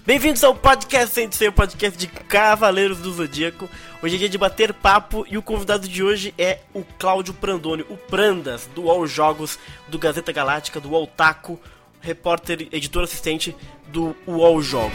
Bem-vindos ao Podcast Sensei, o podcast de Cavaleiros do Zodíaco. Hoje é dia de bater papo e o convidado de hoje é o Cláudio Prandoni, o Prandas, do UOL Jogos, do Gazeta Galáctica, do UOL Taco, repórter, editor assistente do UOL Jogos.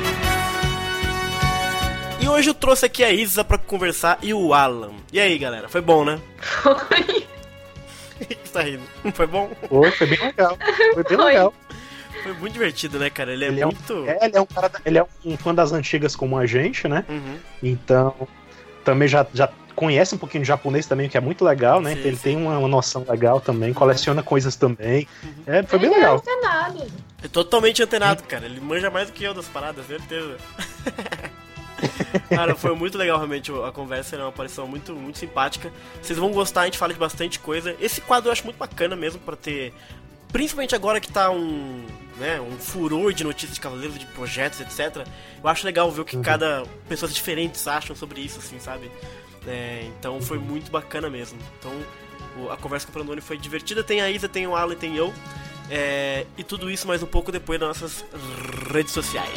E hoje eu trouxe aqui a Isa pra conversar e o Alan. E aí, galera, foi bom, né? Foi. Você tá rindo? Foi bom? Foi bem legal. Foi bem legal. Foi muito divertido, né, cara? Ele é muito... Ele é um fã das antigas como a gente, né? Uhum. Então, também já conhece um pouquinho de japonês também, que é muito legal, né? Sim, então, ele sim. tem uma noção legal também, coleciona coisas também. Foi bem legal. Não é nada. É totalmente antenado, cara. Ele manja mais do que eu das paradas, certeza. Cara, foi muito legal realmente a conversa, é uma aparição muito, muito simpática. Vocês vão gostar, a gente fala de bastante coisa. Esse quadro eu acho muito bacana mesmo pra ter... Principalmente agora que tá um furor de notícias de cavaleiros, de projetos, etc. Eu acho legal ver o que cada pessoas diferentes acham sobre isso, assim, sabe? Então foi muito bacana mesmo. Então a conversa com o Prandoni foi divertida. Tem a Isa, tem o Alan, tem eu. E tudo isso mais um pouco depois das nossas redes sociais.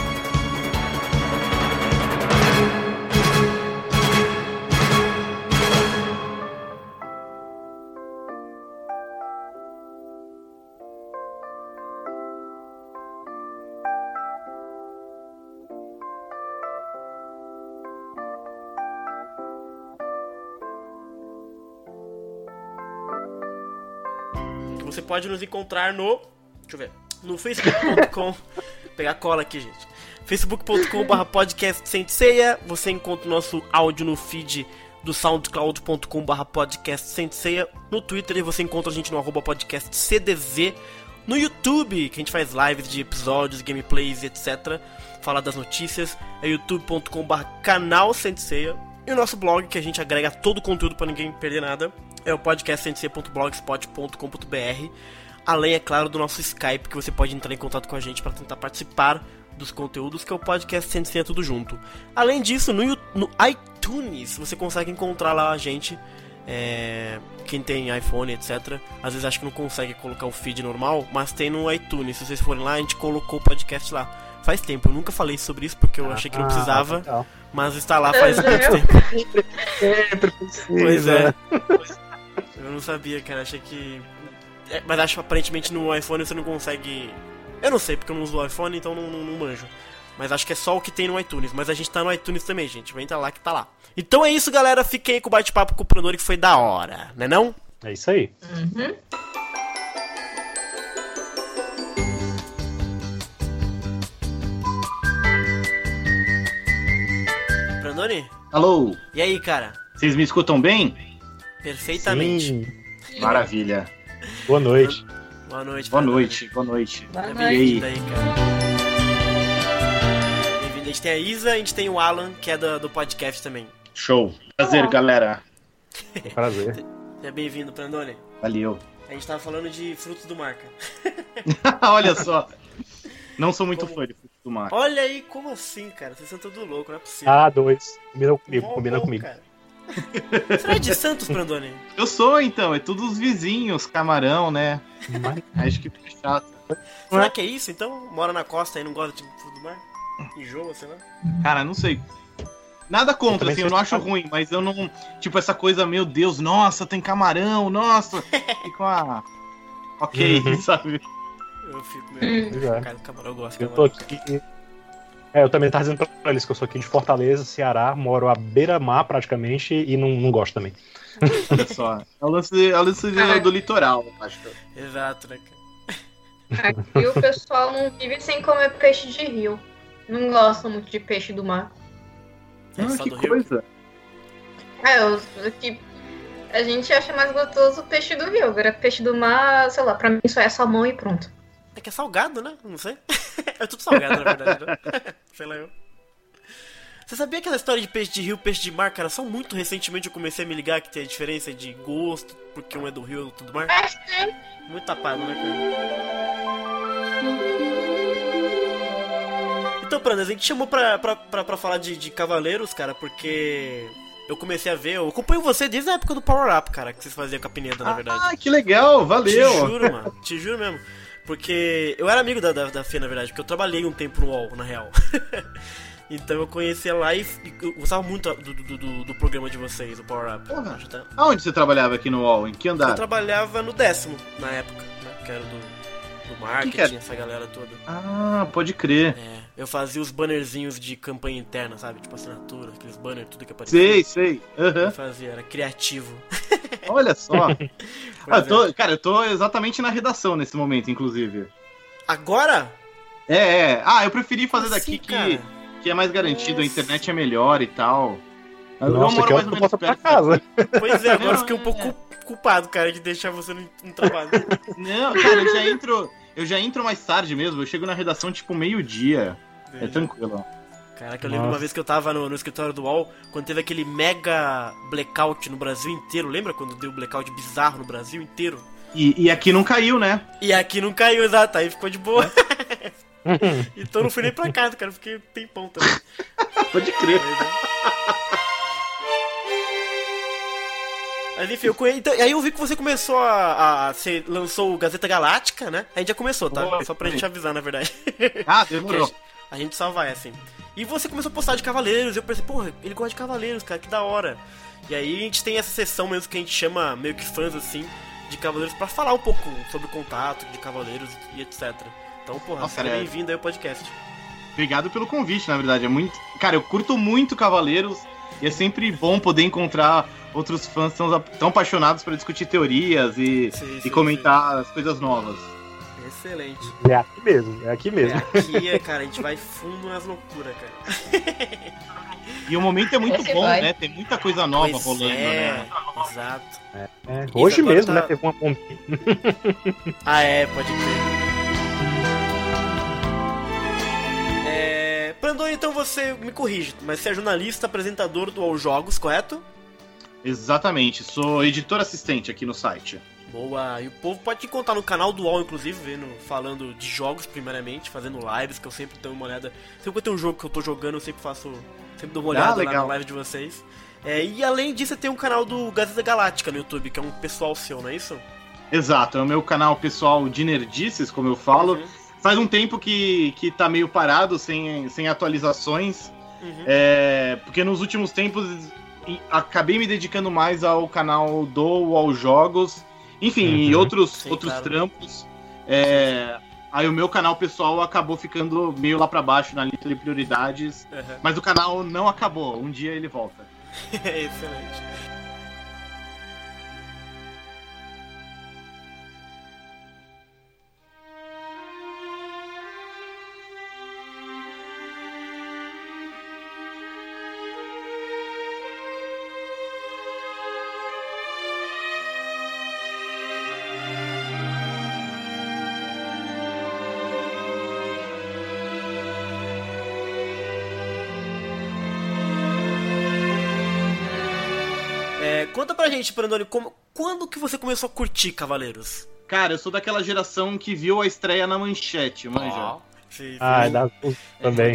Você pode nos encontrar no... Deixa eu ver. No facebook.com... Pegar cola aqui, gente. facebook.com/podcast Senseiya. Você encontra o nosso áudio no feed do soundcloud.com/podcast Senseiya. No Twitter você encontra a gente no @podcastcdz. No YouTube, que a gente faz lives de episódios, gameplays, etc. Falar das notícias. É youtube.com/canal Senseiya. E o nosso blog, que a gente agrega todo o conteúdo para ninguém perder nada, é o podcastsensei.blogspot.com.br. Além, é claro, do nosso Skype, que você pode entrar em contato com a gente para tentar participar dos conteúdos, que é o Podcast Sensei tudo junto. Além disso, no iTunes, você consegue encontrar lá a gente, quem tem iPhone, etc. Às vezes acho que não consegue colocar o feed normal, mas tem no iTunes. Se vocês forem lá, a gente colocou o podcast lá. Faz tempo, eu nunca falei sobre isso porque eu achei que não precisava, legal. Mas está lá faz muito tempo. Sempre precisa. Pois é. Eu não sabia, cara, achei que... Mas acho que aparentemente no iPhone você não consegue... Eu não sei, porque eu não uso o iPhone, então não manjo. Mas acho que é só o que tem no iTunes. Mas a gente tá no iTunes também, gente. Vai entrar lá que tá lá. Então é isso, galera. Fiquei com o bate-papo com o Prandoni, que foi da hora, né não? É isso aí. Uhum. Prandoni? Alô, E aí, cara? vocês me escutam bem? Perfeitamente. Sim. Maravilha. Boa noite. Boa noite, Boa Prandoni. noite, boa noite. Boa Seja noite. bem-vindo aí, cara. Bem-vindo. A gente tem a Isa, a gente tem o Alan, que é do podcast também. Show. Prazer, galera. Um prazer. Seja bem-vindo, Prandoni. Valeu. A gente tava falando de frutos do mar, cara. Olha só. Não sou muito fã de frutos do mar. Olha aí, como assim, cara? Vocês são tudo louco, não é possível. Dois. Combina Bom, comigo. cara. Você não é de Santos, Prandoni? Eu sou, então. É tudo os vizinhos, camarão, né? Acho que fica chato. Será que é isso, então? Mora na costa e não gosta de fruto do mar? Enjoa, sei lá. Cara, não sei. Nada contra, assim, eu não acho ruim, mas eu não... Tipo, essa coisa, meu Deus, nossa, tem camarão, nossa. Fico, ok, sabe? Eu fico meio... Pois é. Cara, camarão, eu gosto de Eu tô camarão. aqui. Eu também tava dizendo pra eles que eu sou aqui de Fortaleza, Ceará, moro à beira-mar praticamente e não gosto também. Olha só. É o lance do litoral, eu acho. Exato, né, cara? Aqui o pessoal não vive sem comer peixe de rio. Não gostam muito de peixe do mar. É só que do Rio. coisa. Aqui a gente acha mais gostoso o peixe do rio. Agora peixe do mar, sei lá, pra mim só é salmão e pronto. É que é salgado, né? Não sei. É tudo salgado, na verdade, né? Sei lá eu. Você sabia que essa história de peixe de rio e peixe de mar, cara, só muito recentemente eu comecei a me ligar que tem a diferença de gosto, porque um é do rio e outro do mar? Muito tapado, né, cara? Então, Prandas, a gente chamou pra falar de Cavaleiros, cara, porque eu comecei a ver, eu acompanho você desde a época do Power Up, cara, que vocês faziam com a Pineda, na verdade. Ah, que legal, valeu. Te juro, mano, te juro mesmo. Porque eu era amigo da Fê, na verdade, porque eu trabalhei um tempo no UOL, na real. Então eu conheci ela e eu gostava muito do programa de vocês, o Power Up. Porra. Aonde você trabalhava aqui no UOL? Em que andar? Eu trabalhava no 10º, na época, né? Que era do marketing, essa galera toda. Ah, pode crer. Eu fazia os bannerzinhos de campanha interna, sabe? Tipo assinatura, aqueles banners, tudo que aparecia. Sei. Eu fazia, era criativo. Olha só. Cara, eu tô exatamente na redação nesse momento, inclusive. Agora? Eu preferi fazer daqui que é mais garantido, a internet é melhor e tal. Nossa, eu moro mais ou menos pra casa. Pois é, agora eu fiquei um pouco culpado, cara, de deixar você no trabalho. Não, cara, eu já entro mais tarde mesmo, eu chego na redação tipo meio-dia. É tranquilo. Caraca, eu lembro uma vez que eu tava no escritório do UOL, quando teve aquele mega blackout no Brasil inteiro. Lembra quando deu blackout bizarro no Brasil inteiro? E aqui não caiu, né? E aqui não caiu, exato, aí ficou de boa. Então eu não fui nem pra casa, cara, fiquei um tempão também. Pode crer. Mas enfim, então, aí eu vi que você começou você lançou o Gazeta Galáctica, né? A gente já começou, tá? Só pra gente avisar, na verdade. Demorou. A gente só vai, assim. E você começou a postar de Cavaleiros, eu pensei, porra, ele gosta de Cavaleiros, cara, que da hora. E aí a gente tem essa sessão mesmo que a gente chama, meio que fãs, assim, de Cavaleiros, pra falar um pouco sobre o contato de Cavaleiros e etc. Então, porra, seja bem-vindo aí ao podcast. Obrigado pelo convite, na verdade. Cara, eu curto muito Cavaleiros e é sempre bom poder encontrar outros fãs tão apaixonados por discutir teorias e comentar as coisas novas. Excelente. É aqui mesmo. Aqui, cara, a gente vai fundo nas loucuras, cara. E o momento é muito bom, né? Tem muita coisa nova rolando, né? Exato. Hoje mesmo, né? Teve uma pompinha. Pode crer. Prandoni, então você me corrige, mas você é jornalista, apresentador do UOL Jogos, correto? Exatamente, sou editor assistente aqui no site. Boa, e o povo pode te encontrar no canal do UOL, inclusive, falando de jogos primeiramente, fazendo lives, que eu sempre dou uma olhada. Sempre que eu tenho um jogo que eu tô jogando, eu sempre dou uma olhada lá na live de vocês. E além disso, você tem um canal do Gazeta Galáctica no YouTube, que é um pessoal seu, não é isso? Exato, é o meu canal pessoal de nerdices, como eu falo. Faz um tempo que tá meio parado, sem atualizações, porque nos últimos tempos acabei me dedicando mais ao canal do UOL Jogos, enfim, e outros trampos. Aí o meu canal pessoal acabou ficando meio lá pra baixo na lista de prioridades, mas o canal não acabou, um dia ele volta. Excelente. Conta pra gente, Prandoni, quando que você começou a curtir Cavaleiros? Cara, eu sou daquela geração que viu a estreia na Manchete, manja. Sim. É das também.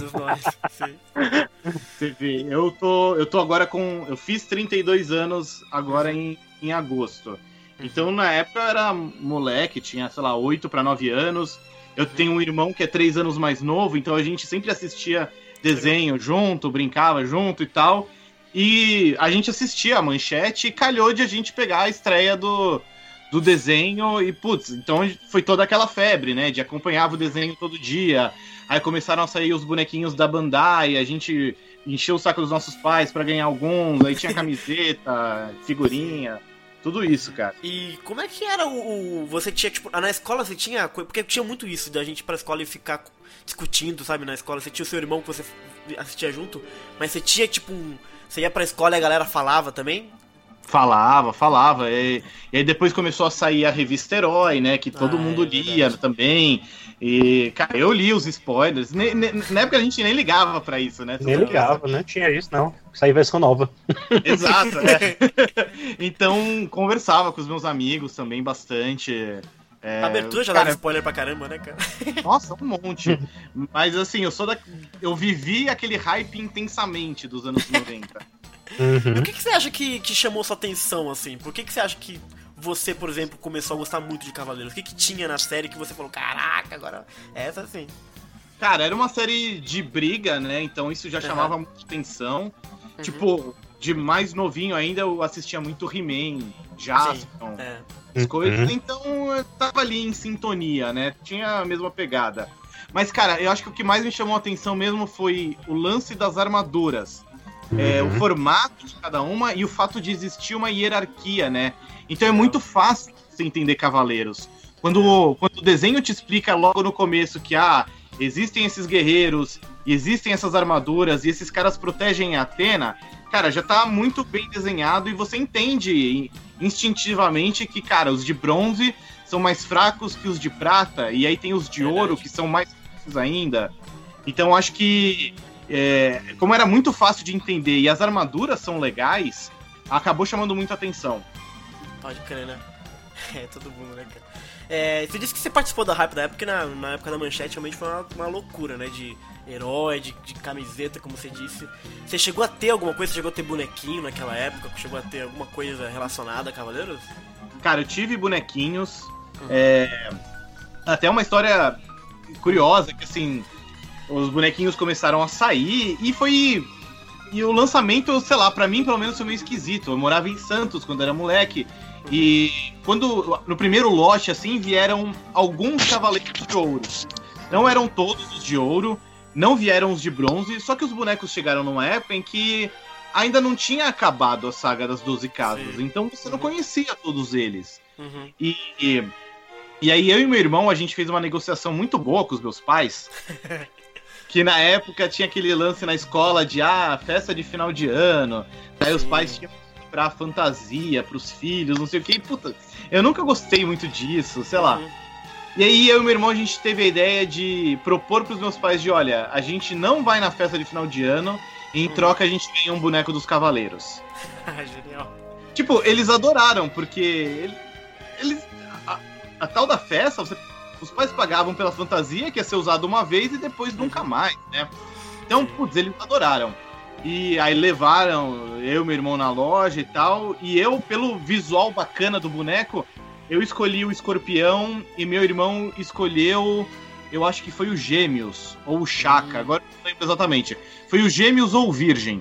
Você vê, eu tô agora eu fiz 32 anos agora em agosto. Então na época eu era moleque, tinha, sei lá, 8 pra 9 anos. Eu tenho um irmão que é 3 anos mais novo, então a gente sempre assistia desenho junto, brincava junto e tal. E a gente assistia a Manchete e calhou de a gente pegar a estreia do desenho e, putz, então foi toda aquela febre, né, de acompanhar o desenho todo dia. Aí começaram a sair os bonequinhos da Bandai, a gente encheu o saco dos nossos pais pra ganhar alguns, aí tinha camiseta, figurinha, tudo isso, cara. E como é que era você tinha, tipo, na escola você tinha, porque tinha muito isso, da gente ir pra escola e ficar discutindo, sabe, na escola, você tinha o seu irmão que você assistia junto, mas você tinha, tipo, você ia pra escola e a galera falava também? Falava. E aí depois começou a sair a revista Herói, né? Que todo mundo lia também. E, cara, eu li os spoilers. Na época a gente nem ligava pra isso, né? Nem ligava, não tinha isso, não. Saía versão nova. Exato, né? Então, conversava com os meus amigos também bastante. A abertura já dava spoiler pra caramba, né, cara? Nossa, um monte. Mas assim, eu vivi aquele hype intensamente dos anos 90. E o que você acha que chamou sua atenção, assim? Por que você acha que você, por exemplo, começou a gostar muito de Cavaleiros? O que tinha na série que você falou, caraca, agora essa sim? Cara, era uma série de briga, né? Então isso já chamava muita atenção. Tipo, de mais novinho ainda, eu assistia muito He-Man, Jaspion, as coisas. Então eu tava ali em sintonia, né? Tinha a mesma pegada. Mas, cara, eu acho que o que mais me chamou a atenção mesmo foi o lance das armaduras. O formato de cada uma e o fato de existir uma hierarquia, né? Então é muito fácil você entender Cavaleiros. Quando o desenho te explica logo no começo que, existem esses guerreiros, e existem essas armaduras, e esses caras protegem a Athena, cara, já tá muito bem desenhado e você entende instintivamente que, cara, os de bronze são mais fracos que os de prata, e aí tem os de ouro que são mais fracos ainda. Então acho que, como era muito fácil de entender e as armaduras são legais, acabou chamando muita atenção. Pode crer, né? Todo mundo, né, cara? Você disse que você participou da hype da época, porque na época da Manchete realmente foi uma loucura, né? De herói, de camiseta, como você disse. Você chegou a ter alguma coisa? Você chegou a ter bonequinho naquela época? Chegou a ter alguma coisa relacionada a Cavaleiros? Cara, eu tive bonequinhos. Até uma história curiosa, que assim, os bonequinhos começaram a sair e o lançamento, sei lá, pra mim pelo menos foi meio esquisito. Eu morava em Santos quando era moleque. E quando, no primeiro lote, assim, vieram alguns Cavaleiros de Ouro. Não eram todos os de ouro, não vieram os de bronze, só que os bonecos chegaram numa época em que ainda não tinha acabado a saga das 12 casas. Sim. Então você não conhecia todos eles. E aí eu e meu irmão, a gente fez uma negociação muito boa com os meus pais. Que na época tinha aquele lance na escola de, festa de final de ano. Aí os pais tinham pra fantasia, pros filhos, não sei o que. E, puta, eu nunca gostei muito disso, sei lá. E aí eu e meu irmão, a gente teve a ideia de propor pros meus pais de, olha, a gente não vai na festa de final de ano e em troca a gente ganha um boneco dos Cavaleiros. Genial. Tipo, eles adoraram, porque eles a tal da festa, os pais pagavam pela fantasia, que ia ser usado uma vez e depois nunca mais, né? Então, putz, eles adoraram. E aí levaram eu e meu irmão na loja e tal. E eu, pelo visual bacana do boneco, eu escolhi o Escorpião e meu irmão escolheu, eu acho que foi o Gêmeos, ou o Chaka, agora não lembro exatamente. Foi o Gêmeos ou o Virgem.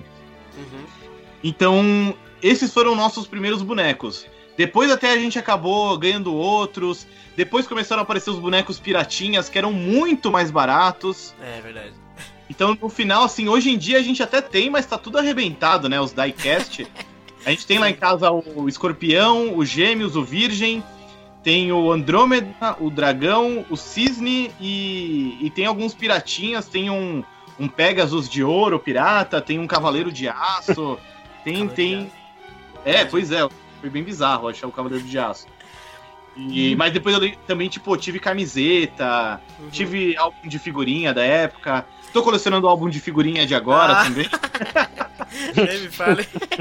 Então, esses foram nossos primeiros bonecos. Depois até a gente acabou ganhando outros. Depois começaram a aparecer os bonecos piratinhas, que eram muito mais baratos. É verdade. Então, no final, assim, hoje em dia a gente até tem, mas tá tudo arrebentado, né? Os diecast. A gente tem lá em casa o Escorpião, o Gêmeos, o Virgem, tem o Andrômeda, o Dragão, o Cisne e tem alguns piratinhas, tem um Pegasus de ouro, pirata, tem um Cavaleiro de Aço, tem... Pois é, foi bem bizarro achar o Cavaleiro de Aço. Mas depois eu também, tipo, tive camiseta, tive álbum de figurinha da época. Tô colecionando o álbum de figurinha de agora também. Nem me fale.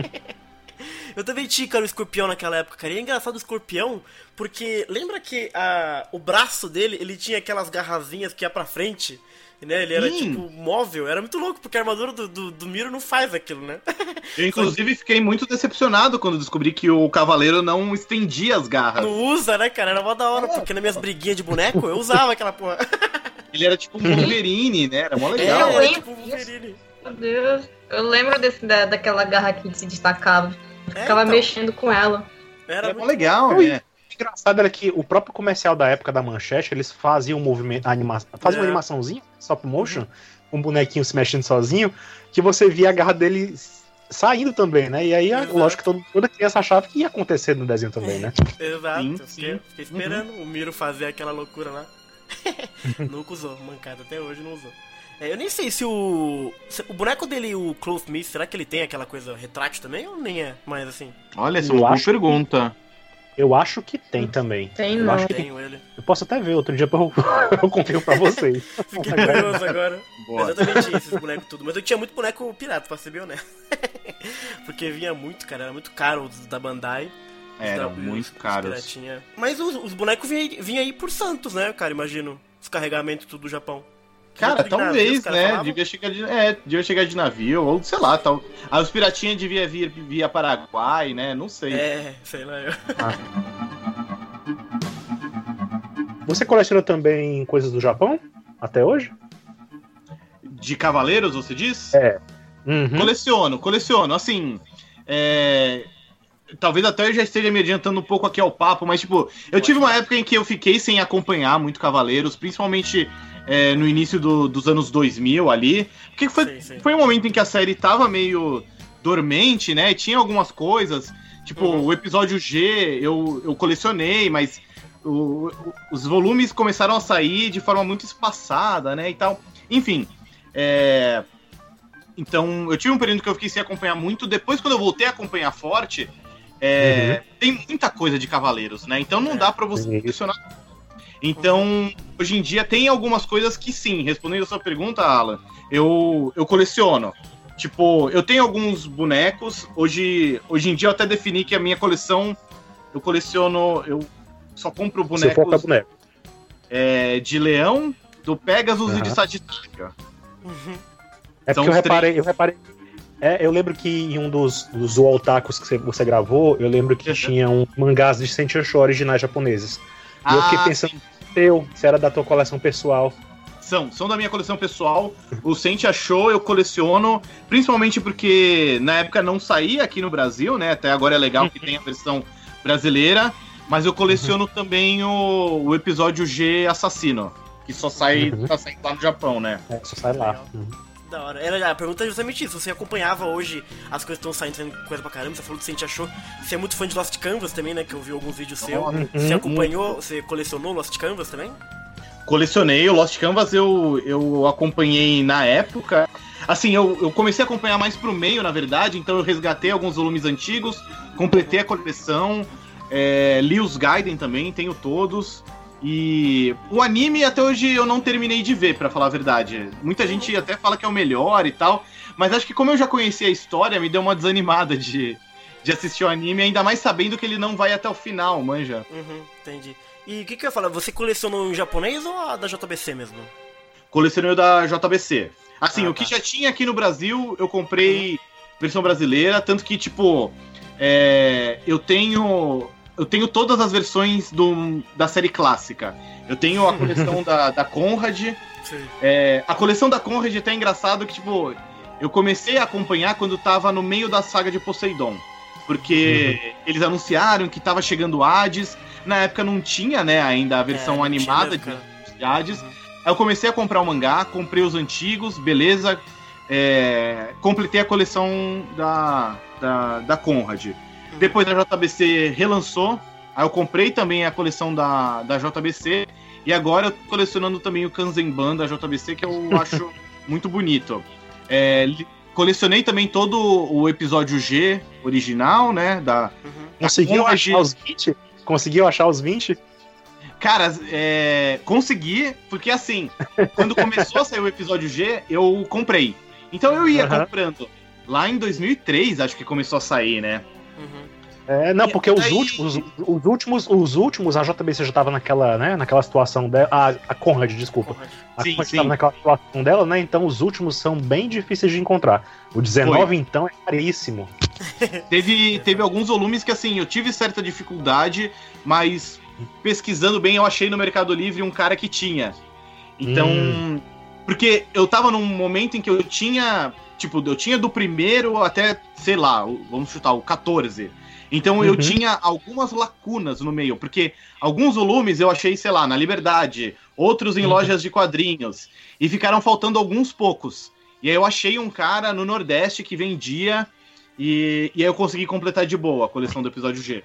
Eu também tinha, cara, o Escorpião naquela época, cara. E é engraçado o Escorpião, porque lembra que o braço dele, ele tinha aquelas garrazinhas que ia pra frente, né? Ele era, tipo, móvel. Era muito louco, porque a armadura do Miro não faz aquilo, né? Eu, inclusive, fiquei muito decepcionado quando descobri que o Cavaleiro não estendia as garras. Não usa, né, cara? Era mó da hora, porque nas minhas briguinhas de boneco, eu usava aquela porra. Ele era tipo um Wolverine, né? Era mó legal. Era tipo um Wolverine. Meu Deus. Eu lembro daquela garra que se destacava. Ficava então, mexendo com ela. Era mó legal, né? O engraçado era que o próprio comercial da época da Manchete, eles faziam um movimento, faziam uma animaçãozinha, stop motion, um bonequinho se mexendo sozinho, que você via a garra dele saindo também, né? E aí, lógico que toda criança achava que ia acontecer no desenho também, né? Exato. Fiquei esperando o Miro fazer aquela loucura lá. Nunca usou, mancada, até hoje não usou. Eu nem sei se o boneco dele, o Cloth Mist, será que ele tem aquela coisa retrátil também ou nem é mais assim? Olha, essa é uma boa pergunta. Eu acho que tem também. Tem, eu não. acho que Tenho ele. Eu posso até ver, outro dia eu confio pra vocês. Fiquei curioso agora. Boa. Mas eu também tinha esses bonecos tudo. Mas eu tinha muito boneco pirata, pra ser bem honesto. Porque vinha muito, cara, era muito caro os da Bandai. Eram muito caros. Mas os bonecos vinham aí por Santos, né, cara? Imagino. Os carregamentos tudo do Japão. Cara, talvez, né? Devia chegar de navio, ou sei lá, tal. Os piratinhas devia vir via Paraguai, né? Não sei. Sei lá eu. Você coleciona também coisas do Japão? Até hoje? De cavaleiros, você diz? É. Uhum. Coleciono. Assim, talvez até eu já esteja me adiantando um pouco aqui ao papo, mas, tipo, eu tive uma época em que eu fiquei sem acompanhar muito Cavaleiros, principalmente no início dos anos 2000 ali, porque foi um momento em que a série tava meio dormente, né, e tinha algumas coisas, tipo, o episódio G eu colecionei, mas os volumes começaram a sair de forma muito espaçada, né, e tal. Enfim, então eu tive um período que eu fiquei sem acompanhar muito. Depois, quando eu voltei a acompanhar forte, tem muita coisa de Cavaleiros, né, então não dá pra você colecionar. Então, hoje em dia tem algumas coisas que sim, respondendo a sua pergunta, Alan, eu coleciono. Tipo, eu tenho alguns bonecos, hoje em dia eu até defini que a minha coleção, eu só compro bonecos de Leão, do Pegasus e de Sagitário. É porque eu reparei. Eu lembro que em um dos Otakus que você gravou, eu lembro que tinha mangás de Sentia Show originais japoneses. E eu fiquei pensando se era da tua coleção pessoal. São da minha coleção pessoal. O Sentia Show eu coleciono, principalmente porque na época não saía aqui no Brasil, né? Até agora é legal que tem a versão brasileira, mas eu coleciono também o episódio G Assassino, que só sai tá saindo lá no Japão, né? Só sai lá. Da hora. A pergunta é justamente isso. Você acompanhava hoje as coisas que estão saindo coisa pra caramba? Você falou que você achou. Você é muito fã de Lost Canvas também, né? Que eu vi alguns vídeos seus. Você acompanhou, você colecionou Lost Canvas também? Colecionei. O Lost Canvas eu acompanhei na época. Assim, eu comecei a acompanhar mais pro meio, na verdade. Então eu resgatei alguns volumes antigos, completei a coleção, li os Gaiden também, tenho todos. E o anime até hoje eu não terminei de ver, pra falar a verdade. Muita gente até fala que é o melhor e tal, mas acho que como eu já conhecia a história, me deu uma desanimada de assistir o anime, ainda mais sabendo que ele não vai até o final, manja. Entendi. E o que eu ia falar, você colecionou em japonês ou a da JBC mesmo? Colecionei o da JBC. Assim, o que já tinha aqui no Brasil, eu comprei versão brasileira, tanto que, tipo, eu tenho todas as versões da série clássica. Eu tenho a coleção da Conrad. A coleção da Conrad é até engraçado que, tipo, eu comecei a acompanhar quando tava no meio da saga de Poseidon. Porque eles anunciaram que tava chegando Hades. Na época não tinha, né, ainda a versão animada de Hades. Aí eu comecei a comprar o mangá, comprei os antigos, beleza. Completei a coleção da Conrad. Depois a JBC relançou, aí eu comprei também a coleção da JBC, e agora eu tô colecionando também o Kanzenban da JBC, que eu acho muito bonito. Colecionei também todo o episódio G original, né? Conseguiu achar os 20? Conseguiu achar os 20? Cara, consegui, porque assim, quando começou a sair o episódio G, eu comprei. Então eu ia comprando. Lá em 2003, acho que começou a sair, né? Não, porque os últimos, a JBC já tava naquela situação dela. A Conrad, desculpa. A Conrad tava naquela situação dela, né? Então os últimos são bem difíceis de encontrar. O 19, então, é caríssimo. Teve alguns volumes que, assim, eu tive certa dificuldade, mas pesquisando bem, eu achei no Mercado Livre um cara que tinha. Então. Porque eu tava num momento em que eu tinha. Tipo, eu tinha do primeiro até, sei lá, vamos chutar, o 14. Então eu tinha algumas lacunas no meio, porque alguns volumes eu achei, sei lá, na Liberdade, outros em lojas de quadrinhos, e ficaram faltando alguns poucos. E aí eu achei um cara no Nordeste que vendia, e aí eu consegui completar de boa a coleção do episódio G.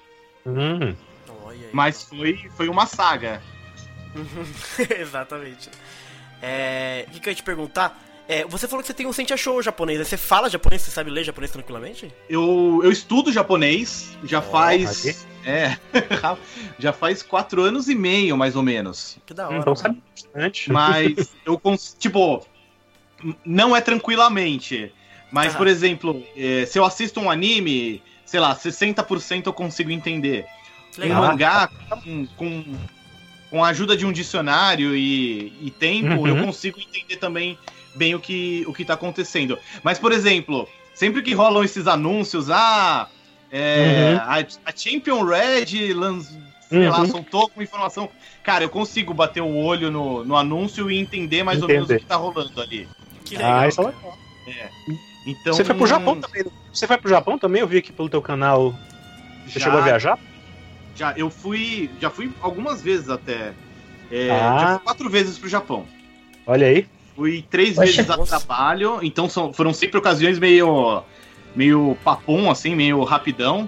Mas foi uma saga. Exatamente. O que eu ia te perguntar? Você falou que você tem um Sentia Show japonês, né? Você fala japonês, você sabe ler japonês tranquilamente? Eu estudo japonês, já faz... já faz 4 anos e meio, mais ou menos. Que da hora. Então sabe bastante. Mas tipo, não é tranquilamente. Mas, por exemplo, se eu assisto um anime, sei lá, 60% eu consigo entender. Legal. Um mangá com a ajuda de um dicionário e tempo, eu consigo entender também bem o que tá acontecendo. Mas, por exemplo, sempre que rolam esses anúncios, a Champion Red sei lá, soltou alguma informação. Cara, eu consigo bater o olho no anúncio e entender mais ou menos o que tá rolando ali. Que legal. Isso é legal. Então, você foi pro Japão também? Você foi pro Japão também? Eu vi aqui pelo teu canal. Você chegou a viajar? Já fui algumas vezes até. Já fui 4 vezes pro Japão. Olha aí. Fui 3 vezes a trabalho, então foram sempre ocasiões meio papum, assim, meio rapidão.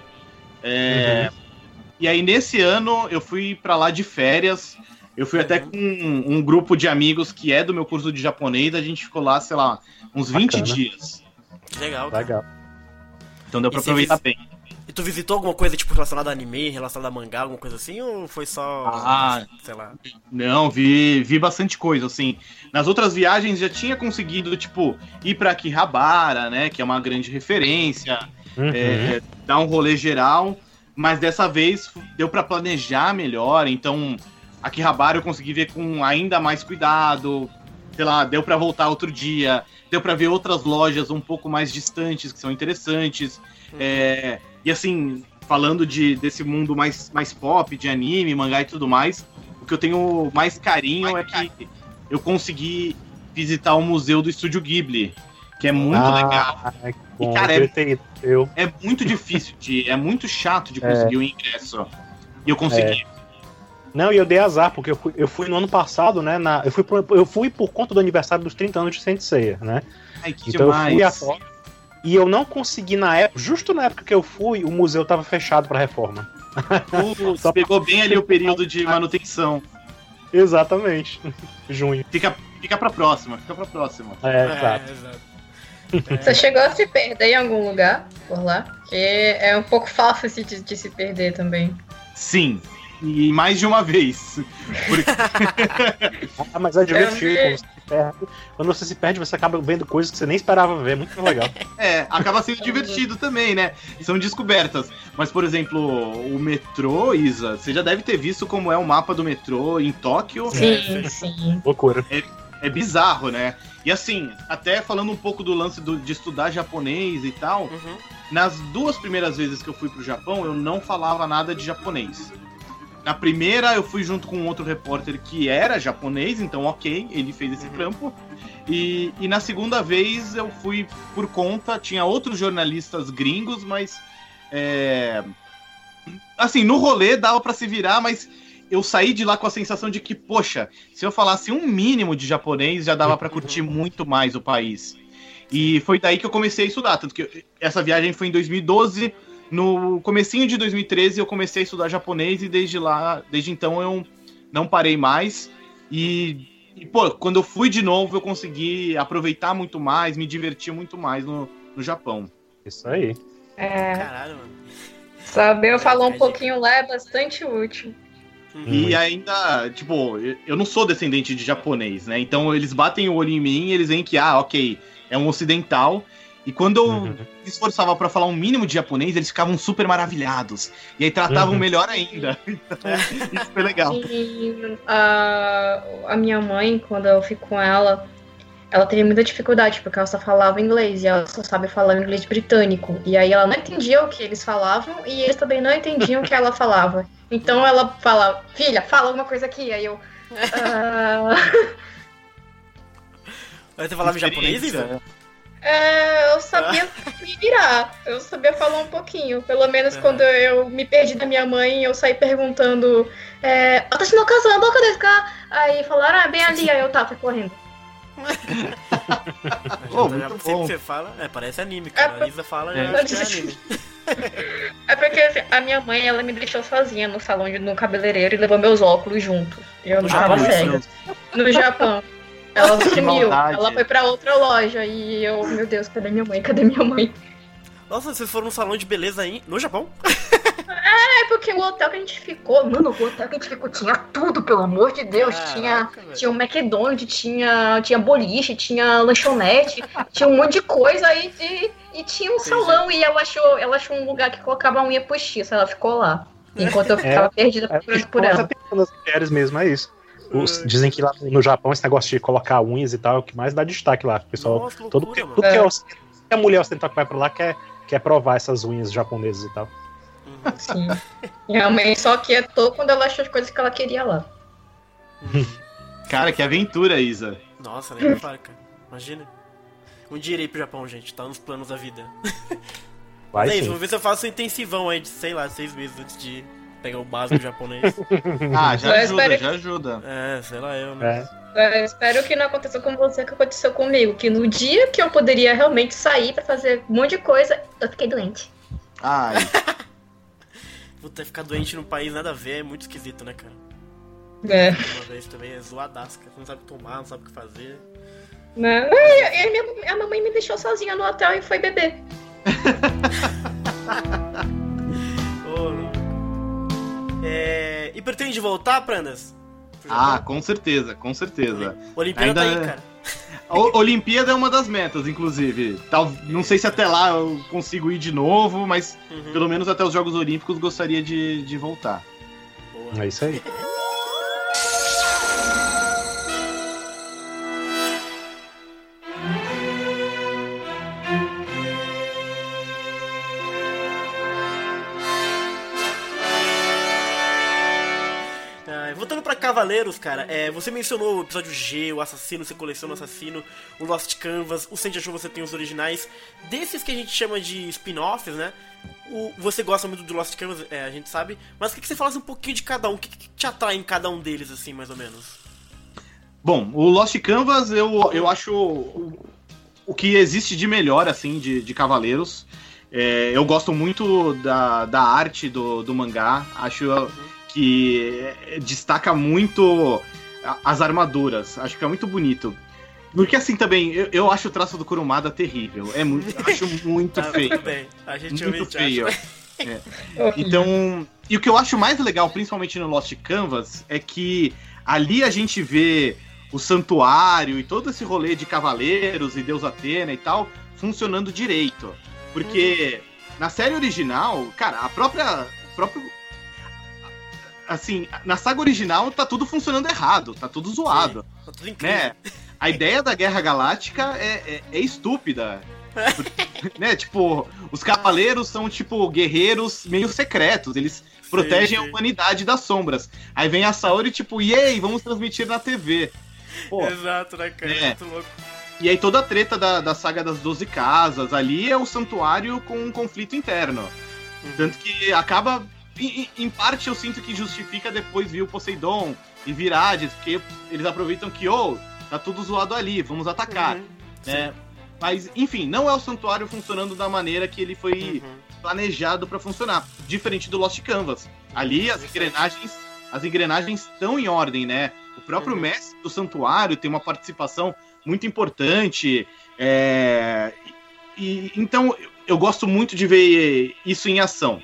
E aí, nesse ano, eu fui pra lá de férias. Eu fui até com um grupo de amigos que é do meu curso de japonês. A gente ficou lá, sei lá, uns 20 dias. Legal, cara. Legal. Então deu pra aproveitar bem. E tu visitou alguma coisa, tipo, relacionada a anime, relacionada a mangá, alguma coisa assim? Ou foi só, sei lá? Não, vi bastante coisa, assim. Nas outras viagens já tinha conseguido, tipo, ir pra Akihabara, né, que é uma grande referência, dar um rolê geral, mas dessa vez deu pra planejar melhor, então Akihabara eu consegui ver com ainda mais cuidado, sei lá, deu pra voltar outro dia, deu pra ver outras lojas um pouco mais distantes, que são interessantes, e assim, falando desse mundo mais pop, de anime, mangá e tudo mais, o que eu tenho mais carinho é que eu consegui visitar o museu do Estúdio Ghibli, que é muito legal. Bom, e, cara, é muito difícil, é muito chato de conseguir o ingresso. E eu consegui. Não, e eu dei azar, porque eu fui no ano passado, né? Eu fui por conta do aniversário dos 30 anos de Saint Seiya, né? Ai, que então demais. Eu fui e eu não consegui na época, justo na época que eu fui, o museu tava fechado pra reforma. Só pegou bem ali o período de manutenção. Exatamente. Junho. Fica pra próxima. Exato. Você chegou a se perder em algum lugar por lá? Que é um pouco fácil de se perder também. Sim. E mais de uma vez. Mas é divertido. Quando você se perde, você acaba vendo coisas que você nem esperava ver. Muito legal. Acaba sendo divertido também, né? São descobertas. Mas, por exemplo, o metrô, Isa, você já deve ter visto como é o mapa do metrô em Tóquio. Sim. Loucura. É bizarro, né? E assim, até falando um pouco do lance de estudar japonês e tal, nas 2 primeiras vezes que eu fui pro Japão, eu não falava nada de japonês. Na primeira, eu fui junto com um outro repórter que era japonês, então ok, ele fez esse trampo. E na segunda vez, eu fui por conta, tinha outros jornalistas gringos, mas... assim, no rolê dava pra se virar, mas eu saí de lá com a sensação de que, poxa, se eu falasse um mínimo de japonês, já dava pra curtir muito mais o país. E foi daí que eu comecei a estudar, tanto que essa viagem foi em 2012... No comecinho de 2013 eu comecei a estudar japonês e desde então eu não parei mais. E pô, quando eu fui de novo eu consegui aproveitar muito mais, me divertir muito mais no Japão. Isso aí. Caralho, mano. Saber falar um pouquinho lá é bastante útil. E ainda, tipo, eu não sou descendente de japonês, né? Então eles batem o olho em mim e eles veem que, ok, é um ocidental. E quando eu me esforçava pra falar um mínimo de japonês, eles ficavam super maravilhados. E aí tratavam melhor ainda. Isso foi legal. E a minha mãe, quando eu fico com ela teve muita dificuldade, porque ela só falava inglês, e ela só sabe falar inglês britânico. E aí ela não entendia o que eles falavam, e eles também não entendiam o que ela falava. Então ela fala, filha, fala alguma coisa aqui. Aí eu... Você falava japonês, Isa? Eu sabia me virar, eu sabia falar um pouquinho. Pelo menos quando eu me perdi da minha mãe, eu saí perguntando Watashi no casa, onde desu ka? Aí falaram, bem ali, aí eu fui correndo. Sempre que você fala, parece anime, cara. A Isa fala, eu acho que é anime. É porque assim, a minha mãe, ela me deixou sozinha no salão, no cabeleireiro, e levou meus óculos junto. Eu não estava cega. No Japão. Ela sumiu, ela foi pra outra loja e eu, meu Deus, cadê minha mãe? Nossa, vocês foram num salão de beleza aí no Japão? É porque o hotel que a gente ficou, tinha tudo, pelo amor de Deus. Tinha um McDonald's, tinha boliche, tinha lanchonete, tinha um monte de coisa aí e tinha um salão e ela achou um lugar que colocava a unha postiça, ela ficou lá. Enquanto eu ficava perdida por ela. As mulheres mesmo, é isso. Dizem que lá no Japão esse negócio de colocar unhas e tal é o que mais dá destaque lá. O pessoal, nossa, loucura, tudo que é a mulher ocidental que vai pra lá quer provar essas unhas japonesas e tal. Sim. Realmente só quietou quando ela achou as coisas que ela queria lá. Cara, que aventura, Isa. Nossa, nem me fala, cara. Imagina. Um dia irei pro Japão, gente. Tá nos planos da vida. Vai É isso, sim. vou ver se eu faço um intensivão aí de, sei lá, 6 meses antes de pegar o básico japonês. Ah, já Eu ajuda, espero já ajuda. É, sei lá eu, né? É. Eu espero que não aconteça com você, que aconteceu comigo. Que no dia que eu poderia realmente sair pra fazer um monte de coisa, eu fiquei doente. Ai, Puta, ficar doente num país nada a ver é muito esquisito, né, cara? É. Uma vez também é zoadaço, cara. Você não sabe tomar, não sabe o que fazer. Né? E a mamãe me deixou sozinha no hotel e foi beber. Ô, louco. E pretende voltar, Prandas? Pro ah, Japão? com certeza, com certeza. Olimpíada ainda- tá aí, cara. A Olimpíada é uma das metas, inclusive. Não sei se até lá eu consigo ir de novo, mas Uhum. pelo menos até os Jogos Olímpicos gostaria de voltar. Boa. É isso aí. Voltando pra Cavaleiros, cara, você mencionou o episódio G, o Assassino, você coleciona o Assassino, o Lost Canvas, o Saint Show você tem os originais. Desses que a gente chama de spin-offs, né? Você gosta muito do Lost Canvas, a gente sabe, mas eu queria que você falasse um pouquinho de cada um, o que te atrai em cada um deles, assim, mais ou menos? Bom, o Lost Canvas eu acho o que existe de melhor, assim, de Cavaleiros. Eu gosto muito da arte do mangá, acho que destaca muito as armaduras, acho que é muito bonito. Porque assim também, eu acho o traço do Kurumada terrível, acho muito feio. Tudo bem, a gente Muito realmente feio. acha. Então, e o que eu acho mais legal, principalmente no Lost Canvas, é que ali a gente vê o santuário e todo esse rolê de cavaleiros e Deus Atena e tal, funcionando direito. Porque na série original, cara, a própria assim, na saga original tá tudo funcionando errado, tá tudo zoado, Tá tudo incrível. né? A ideia da Guerra Galáctica é estúpida. Né? Tipo, os cavaleiros são tipo guerreiros meio secretos, eles protegem sim. a humanidade das sombras. Aí vem a Saori tipo, yay, vamos transmitir na TV. Pô, Exato, né, cara? É. Muito louco. e aí toda a treta da saga das 12 casas, ali é o santuário com um conflito interno. Tanto que acaba, em parte eu sinto que justifica depois vir o Poseidon e vir Hades, porque eles aproveitam que, tá tudo zoado ali, vamos atacar. Né? Mas, enfim, não é o santuário funcionando da maneira que ele foi planejado pra funcionar. Diferente do Lost Canvas. Ali as engrenagens estão em ordem, né? O próprio mestre do santuário tem uma participação muito importante. Então, eu gosto muito de ver isso em ação.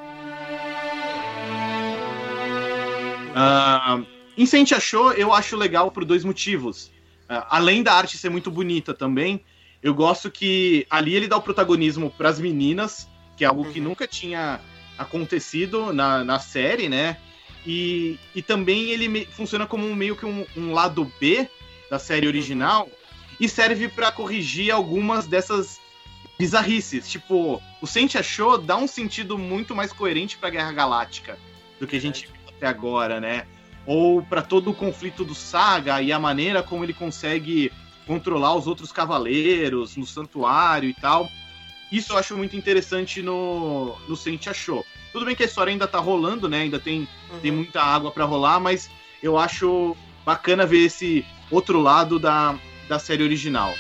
Em Saint Show, eu acho legal por 2 motivos. Além da arte ser muito bonita também, eu gosto que ali ele dá o protagonismo para as meninas, que é algo que nunca tinha acontecido na série, né? E também ele funciona como meio que um lado B da série original e serve para corrigir algumas dessas bizarrices. Tipo, o Saint Show dá um sentido muito mais coerente para a Guerra Galáctica do que a gente viu até agora, né? Ou para todo o conflito do Saga e a maneira como ele consegue controlar os outros cavaleiros no santuário e tal. Isso eu acho muito interessante no Saint Show. Tudo bem que a história ainda tá rolando, né? Ainda tem muita água para rolar, mas eu acho bacana ver esse outro lado da série original.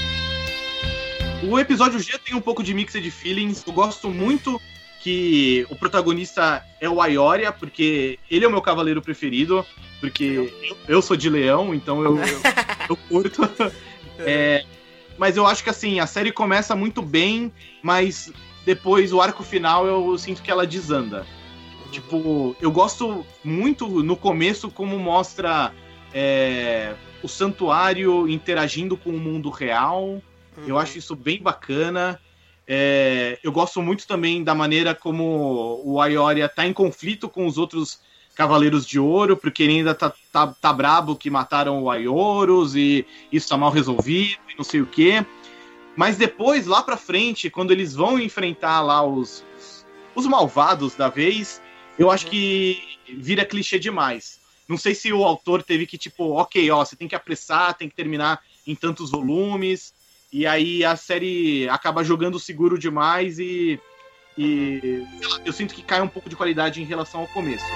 O episódio G tem um pouco de mixed feelings. Eu gosto muito que o protagonista é o Aioria, porque ele é o meu cavaleiro preferido, porque eu sou de leão, então eu curto. Mas eu acho que assim, a série começa muito bem, mas depois o arco final eu sinto que ela desanda. Tipo, eu gosto muito no começo como mostra o santuário interagindo com o mundo real. Eu acho isso bem bacana. Eu gosto muito também da maneira como o Aioria tá em conflito com os outros Cavaleiros de Ouro, porque ele ainda tá brabo que mataram o Aioros e isso tá mal resolvido e não sei o quê. Mas depois, lá pra frente, quando eles vão enfrentar lá os os malvados da vez, eu acho que vira clichê demais. Não sei se o autor teve que, tipo, ok, ó, você tem que apressar, tem que terminar em tantos volumes, e aí a série acaba jogando seguro demais e sei lá, eu sinto que cai um pouco de qualidade em relação ao começo.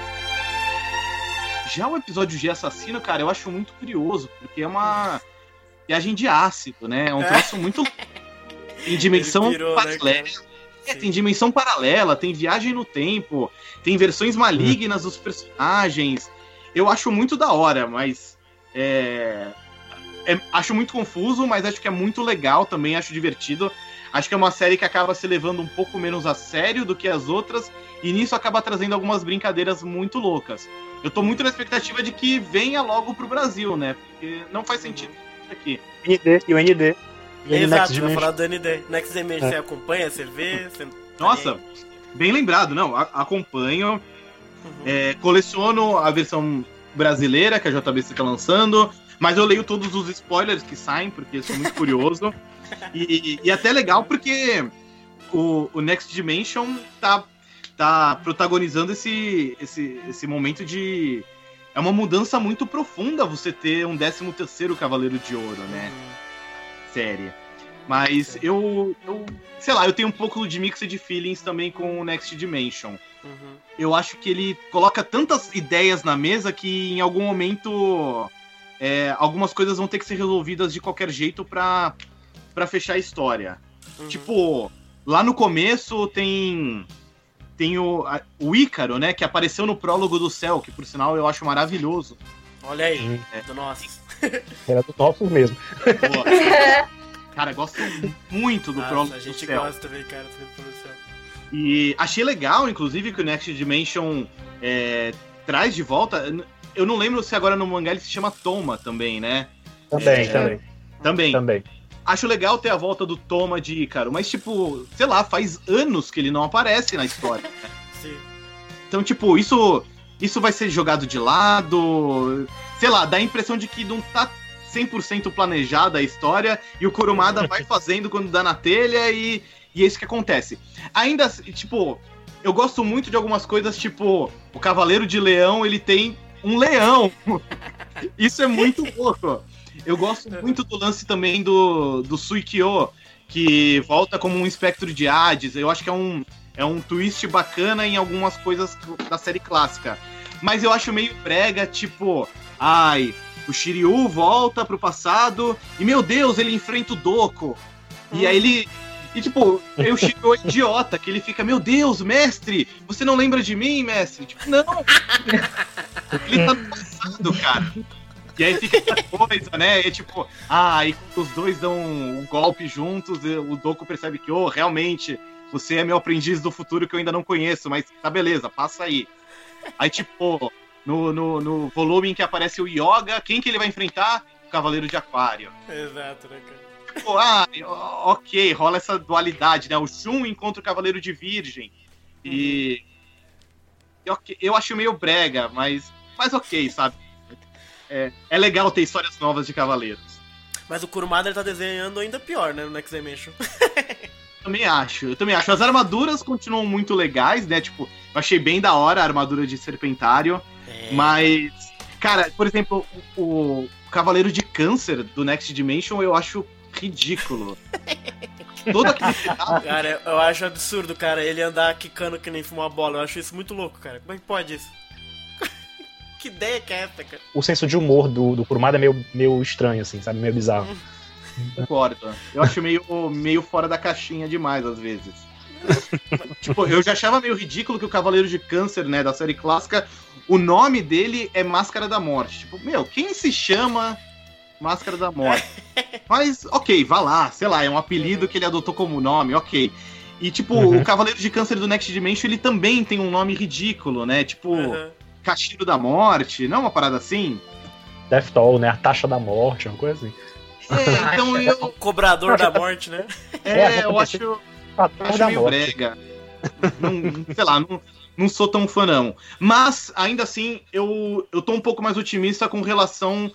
Já o episódio de Assassino, cara, eu acho muito curioso, porque é uma viagem de ácido, né? É um troço muito... Tem dimensão paralela. Né, tem dimensão paralela, tem viagem no tempo, tem versões malignas dos personagens. Eu acho muito da hora, mas... acho muito confuso, mas acho que é muito legal também, acho divertido. Acho que é uma série que acaba se levando um pouco menos a sério do que as outras, e nisso acaba trazendo algumas brincadeiras muito loucas. Eu tô muito na expectativa de que venha logo pro Brasil, né? Porque não faz sentido isso aqui. E o ND. Exato, vai falar do ND. Next Dimension, você acompanha, você vê? Você... Nossa, bem lembrado, não, acompanho. Coleciono a versão brasileira que a JBC tá lançando, mas eu leio todos os spoilers que saem, porque sou muito curioso. E até legal porque o Next Dimension tá protagonizando esse momento de... É uma mudança muito profunda você ter um 13º Cavaleiro de Ouro, né? Série. Mas eu sei lá, eu tenho um pouco de mixed feelings também com o Next Dimension. Eu acho que ele coloca tantas ideias na mesa que em algum momento algumas coisas vão ter que ser resolvidas de qualquer jeito pra fechar a história. Tipo, lá no começo tem o Ícaro, né, que apareceu no prólogo do Céu, que por sinal eu acho maravilhoso. Olha aí, do nosso. Era do nosso mesmo. Boa. Cara, gosto muito do prólogo do Céu. A gente gosta também, cara, do Céu. E achei legal, inclusive, que o Next Dimension traz de volta... Eu não lembro se agora no mangá ele se chama Toma também, né? Também. Acho legal ter a volta do Toma de Ícaro, mas, tipo, sei lá, faz anos que ele não aparece na história. Né? Sim. Então, tipo, isso vai ser jogado de lado... Sei lá, dá a impressão de que não tá 100% planejada a história e o Kurumada vai fazendo quando dá na telha e é isso que acontece. Ainda, tipo, eu gosto muito de algumas coisas, tipo, o Cavaleiro de Leão, ele tem um leão. Isso é muito louco. Eu gosto muito do lance também do Suikyo, que volta como um espectro de Hades. Eu acho que é um twist bacana em algumas coisas da série clássica. Mas eu acho meio brega, tipo... o Shiryu volta pro passado e, meu Deus, ele enfrenta o Doku. E aí ele... E, tipo, o Shiryu é idiota, que ele fica, meu Deus, mestre, você não lembra de mim, mestre? Tipo, não. Ele tá no passado, cara. E aí fica essa coisa, né? E tipo, aí os dois dão um golpe juntos, o Doku percebe que, realmente, você é meu aprendiz do futuro que eu ainda não conheço, mas tá beleza, passa aí. Aí, tipo, no volume em que aparece o Yoga, quem que ele vai enfrentar? O Cavaleiro de Aquário. Exato, né, cara? Tipo, ok, rola essa dualidade, né? O Shun encontra o Cavaleiro de Virgem. E eu acho meio brega, mas ok, sabe? É legal ter histórias novas de cavaleiros. Mas o Kurumada ele tá desenhando ainda pior, né, no Next Dimension. Eu também acho. As armaduras continuam muito legais, né? Tipo, eu achei bem da hora a armadura de Serpentário. Mas, cara, por exemplo, o Cavaleiro de Câncer do Next Dimension eu acho ridículo. Todo aquele final... Cara, eu acho absurdo, cara, ele andar quicando que nem fumar bola. Eu acho isso muito louco, cara. Como é que pode isso? Que ideia que é essa, cara? O senso de humor do Kurumada é meio estranho, assim, sabe? Meio bizarro. Concordo. Eu acho meio fora da caixinha demais, às vezes. Tipo, eu já achava meio ridículo que o Cavaleiro de Câncer, né, da série clássica, o nome dele é Máscara da Morte. Tipo, quem se chama Máscara da Morte? Mas, ok, vá lá, sei lá, é um apelido que ele adotou como nome, ok. E, tipo, o Cavaleiro de Câncer do Next Dimension, ele também tem um nome ridículo, né? Tipo, Castigo da Morte, não é uma parada assim? Death Toll, né? A taxa da morte, uma coisa assim. Então O cobrador da morte, né? Eu acho meio brega. Sei lá, não sou tão fã, não. Mas, ainda assim, eu tô um pouco mais otimista com relação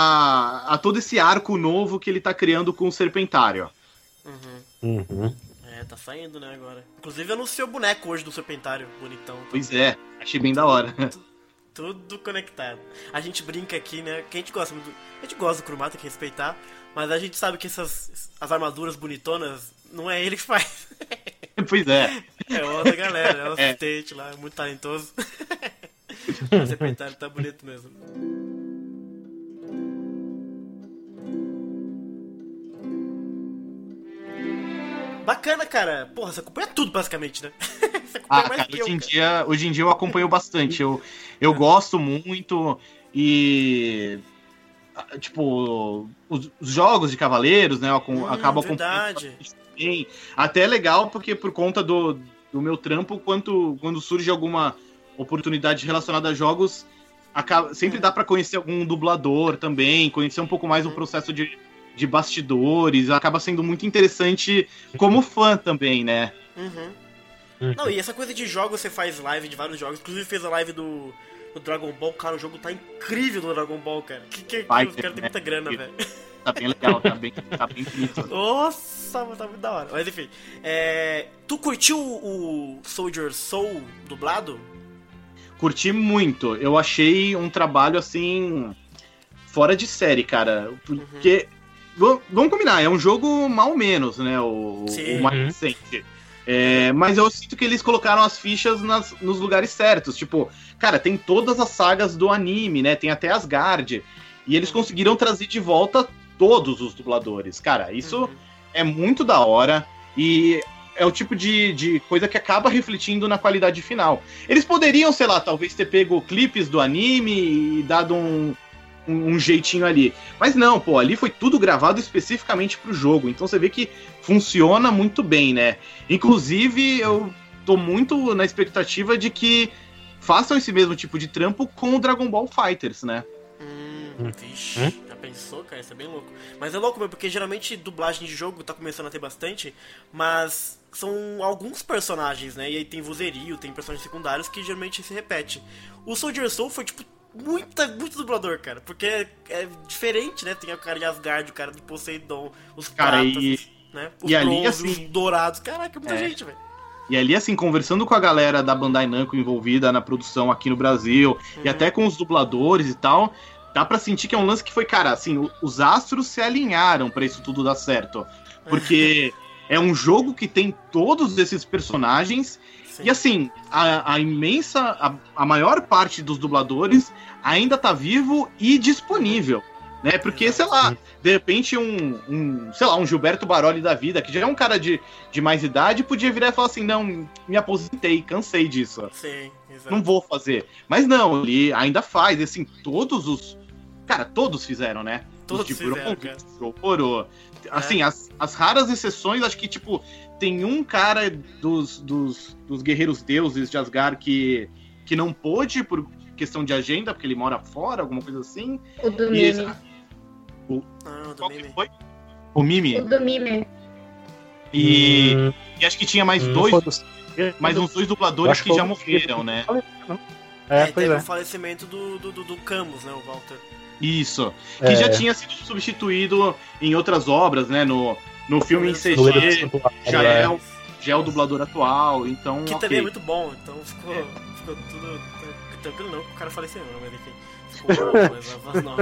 a todo esse arco novo que ele tá criando com o Serpentário. Tá saindo, né, agora. Inclusive anunciou o boneco hoje do Serpentário, bonitão. Pois é, achei bem da hora. Tudo conectado. A gente brinca aqui, né, que a gente gosta do Kurumada, tem que respeitar, mas a gente sabe que as armaduras bonitonas não é ele que faz. Pois é. É outra galera, é o assistente lá, muito talentoso. O Serpentário tá bonito mesmo. Bacana, cara. Porra, você acompanha tudo, basicamente, né? Você acompanha mais cara, que hoje em dia eu acompanho bastante. Eu gosto muito e... Tipo, os jogos de cavaleiros, né? Eu acabo acompanhando bem. Até é legal, porque por conta do meu trampo, quando surge alguma oportunidade relacionada a jogos, sempre dá pra conhecer algum dublador também, conhecer um pouco mais o processo de bastidores, acaba sendo muito interessante como fã também, né? Não, e essa coisa de jogos, você faz live de vários jogos, inclusive fez a live do Dragon Ball, cara, o jogo tá incrível do Dragon Ball, cara. Os caras têm muita grana, velho. Tá bem legal, tá bem bonito. Nossa, tá muito da hora. Mas enfim, tu curtiu o Soldier Soul dublado? Curti muito, eu achei um trabalho, assim, fora de série, cara, porque... Vamos combinar, é um jogo mal menos, né? O mais recente. Mas eu sinto que eles colocaram as fichas nos lugares certos. Tipo, cara, tem todas as sagas do anime, né? Tem até Asgard. E eles conseguiram trazer de volta todos os dubladores. Cara, isso é muito da hora. E é o tipo de coisa que acaba refletindo na qualidade final. Eles poderiam, sei lá, talvez ter pego clipes do anime e dado um jeitinho ali. Mas não, pô, ali foi tudo gravado especificamente pro jogo. Então você vê que funciona muito bem, né? Inclusive, eu tô muito na expectativa de que façam esse mesmo tipo de trampo com o Dragon Ball FighterZ, né? Vixe, já pensou, cara? Isso é bem louco. Mas é louco mesmo, porque geralmente dublagem de jogo tá começando a ter bastante, mas são alguns personagens, né? E aí tem vozerio, tem personagens secundários que geralmente se repete. O Soldier Soul foi, tipo, muito dublador, cara, porque é diferente, né? Tem o cara de Asgard, o cara do Poseidon, os pratas, né? Os bronze, assim, os dourados, caraca, muita gente, velho. E ali, assim, conversando com a galera da Bandai Namco envolvida na produção aqui no Brasil, e até com os dubladores e tal, dá pra sentir que é um lance que foi, cara, assim, os astros se alinharam pra isso tudo dar certo. Porque é um jogo que tem todos esses personagens. Sim. E assim, a maior parte dos dubladores ainda tá vivo e disponível, né? Porque, sei lá, de repente sei lá, um Gilberto Baroli da vida, que já é um cara de mais idade, podia virar e falar assim, não, me aposentei, cansei disso. Sim, exato. Não vou fazer. Mas não, ele ainda faz, assim, todos fizeram, né? Todos fizeram, cara. Choro. Assim, as raras exceções, acho que, tipo, tem um cara dos Guerreiros Deuses de Asgard que não pôde por questão de agenda, porque ele mora fora, alguma coisa assim. O do Mimi. O do Mimi. Foi? O Mimi? O do Mimi. E acho que tinha mais uns dois dubladores que já morreram, né? Teve o falecimento do Camus, né, o Walter. Isso, que já tinha sido substituído em outras obras, né, no filme em CG, já é o dublador atual, então... Que também é muito bom, então ficou tudo... Tranquilo não, o cara faleceu, mas enfim, ficou bom, mas não.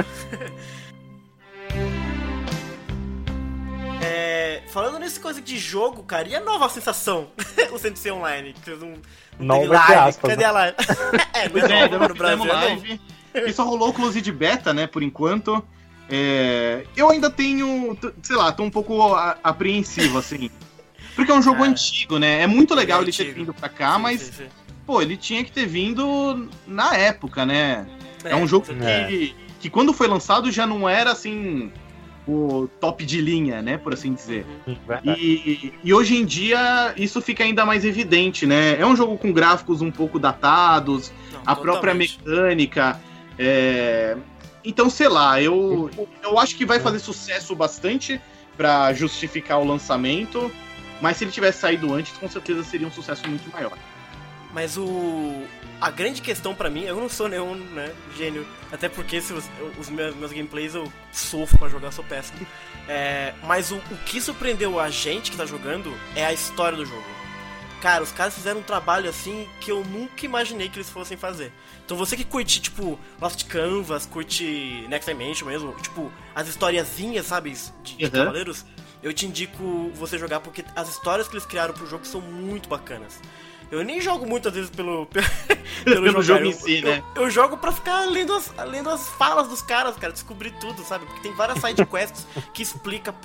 Falando nessa coisa de jogo, cara, e a nova sensação? O Sensei Online, que fez nova live, aspas, cadê a live? Não, no Brasil live. E só rolou o close de beta, né, por enquanto. Eu ainda tenho, sei lá, tô um pouco apreensivo, assim. Porque é um jogo antigo, né? É muito legal ele ter vindo pra cá, mas, pô, ele tinha que ter vindo na época, né? É um jogo que quando foi lançado já não era, assim, o top de linha, né, por assim dizer. E hoje em dia isso fica ainda mais evidente, né? É um jogo com gráficos um pouco datados, a própria mecânica... Então, sei lá, eu acho que vai fazer sucesso bastante pra justificar o lançamento, mas se ele tivesse saído antes, com certeza seria um sucesso muito maior. Mas a grande questão pra mim, eu não sou nenhum, né, gênio, até porque se os meus gameplays eu sofro pra jogar, eu sou péssimo. Mas o que surpreendeu a gente que tá jogando é a história do jogo. Cara, os caras fizeram um trabalho assim que eu nunca imaginei que eles fossem fazer. Então você que curte, tipo, Lost Canvas, curte Next Dimension mesmo, tipo, as historiazinhas, sabe, de Cavaleiros, eu te indico você jogar porque as histórias que eles criaram pro jogo são muito bacanas. Eu nem jogo muitas vezes pelo jogo em si, né? Eu jogo pra ficar lendo as falas dos caras, cara, descobrir tudo, sabe? Porque tem várias side quests que explica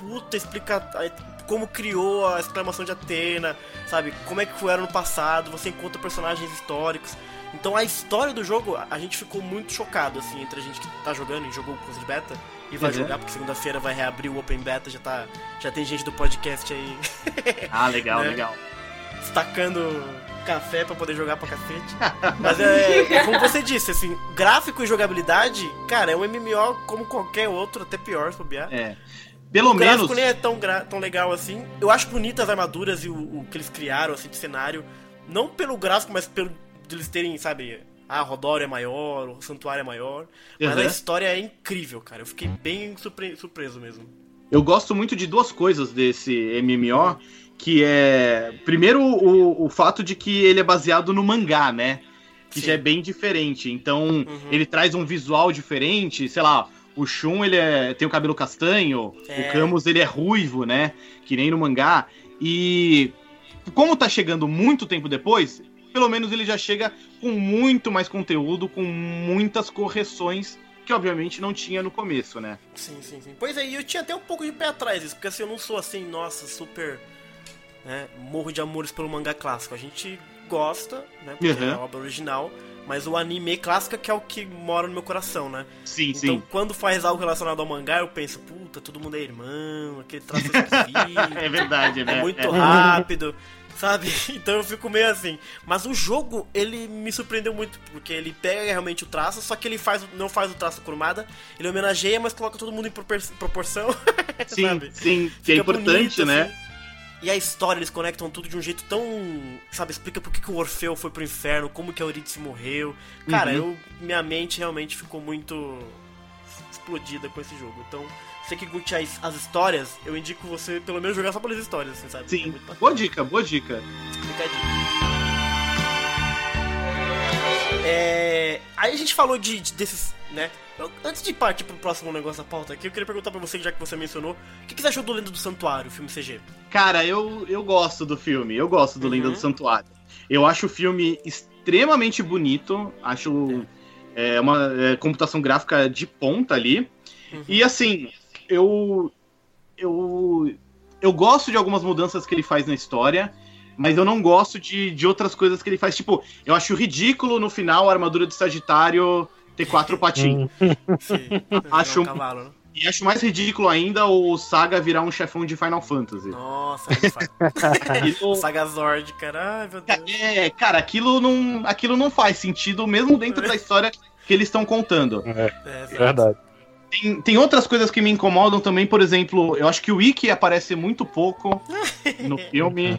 como criou a exclamação de Athena, sabe? Como é que era no passado, você encontra personagens históricos. Então a história do jogo, a gente ficou muito chocado, assim, entre a gente que tá jogando e jogou o Closed Beta e vai jogar, porque segunda-feira vai reabrir o Open Beta, já tem gente do podcast aí. Ah, legal, né? Legal. Destacando café pra poder jogar pra cacete. Mas como você disse, assim, gráfico e jogabilidade, cara, é um MMO como qualquer outro, até pior, se bobear. Pelo menos. O gráfico nem é tão legal assim. Eu acho bonitas as armaduras e o que eles criaram, assim, de cenário. Não pelo gráfico, mas pelo de eles terem, sabe, a Rodório é maior, o Santuário é maior. Mas a história é incrível, cara. Eu fiquei bem surpreso mesmo. Eu gosto muito de duas coisas desse MMO, que é, primeiro, o fato de que ele é baseado no mangá, né? Que já é bem diferente. Então, ele traz um visual diferente, sei lá, o Shun, ele tem o cabelo castanho, o Camus, ele é ruivo, né? Que nem no mangá. E como tá chegando muito tempo depois, pelo menos ele já chega com muito mais conteúdo, com muitas correções, que obviamente não tinha no começo, né? Sim. Pois é, e eu tinha até um pouco de pé atrás disso, porque assim, eu não sou assim, nossa, super... né, morro de amores pelo mangá clássico. A gente gosta, né, porque é a obra original, mas o anime clássico que é o que mora no meu coração, né? Sim. Então, quando faz algo relacionado ao mangá, eu penso, puta, todo mundo é irmão, aquele traço esquisito. É verdade, né? É muito rápido, sabe? Então eu fico meio assim. Mas o jogo, ele me surpreendeu muito, porque ele pega realmente o traço, só que ele não faz o traço curvada, ele homenageia, mas coloca todo mundo em proporção. Sim, sabe? Sim, que é importante, bonito, né? Assim. E a história, eles conectam tudo de um jeito tão... sabe, explica por que o Orfeu foi pro inferno, como que a Eurídice morreu. Cara, minha mente realmente ficou muito explodida com esse jogo. Então, você que curte as histórias, eu indico você pelo menos jogar só pelas histórias, assim, sabe? Sim, boa dica. Fica a dica. Aí a gente falou desses, né? Antes de partir pro próximo negócio da pauta aqui, eu queria perguntar pra você, já que você mencionou, o que você achou do Lenda do Santuário, o filme CG? Cara, eu gosto do filme, eu gosto do Lenda do Santuário. Eu acho o filme extremamente bonito, acho uma computação gráfica de ponta ali. E assim, eu gosto de algumas mudanças que ele faz na história, mas eu não gosto de outras coisas que ele faz. Tipo, eu acho ridículo no final a armadura de Sagitário ter 4 patinhos. Sim, acho um cavalo, né? E acho mais ridículo ainda o Saga virar um chefão de Final Fantasy. Nossa, o Saga Zord, cara. Ai, meu Deus. Cara, aquilo não faz sentido, mesmo dentro da história que eles estão contando. É verdade. Tem outras coisas que me incomodam também, por exemplo, eu acho que o Ikki aparece muito pouco no filme.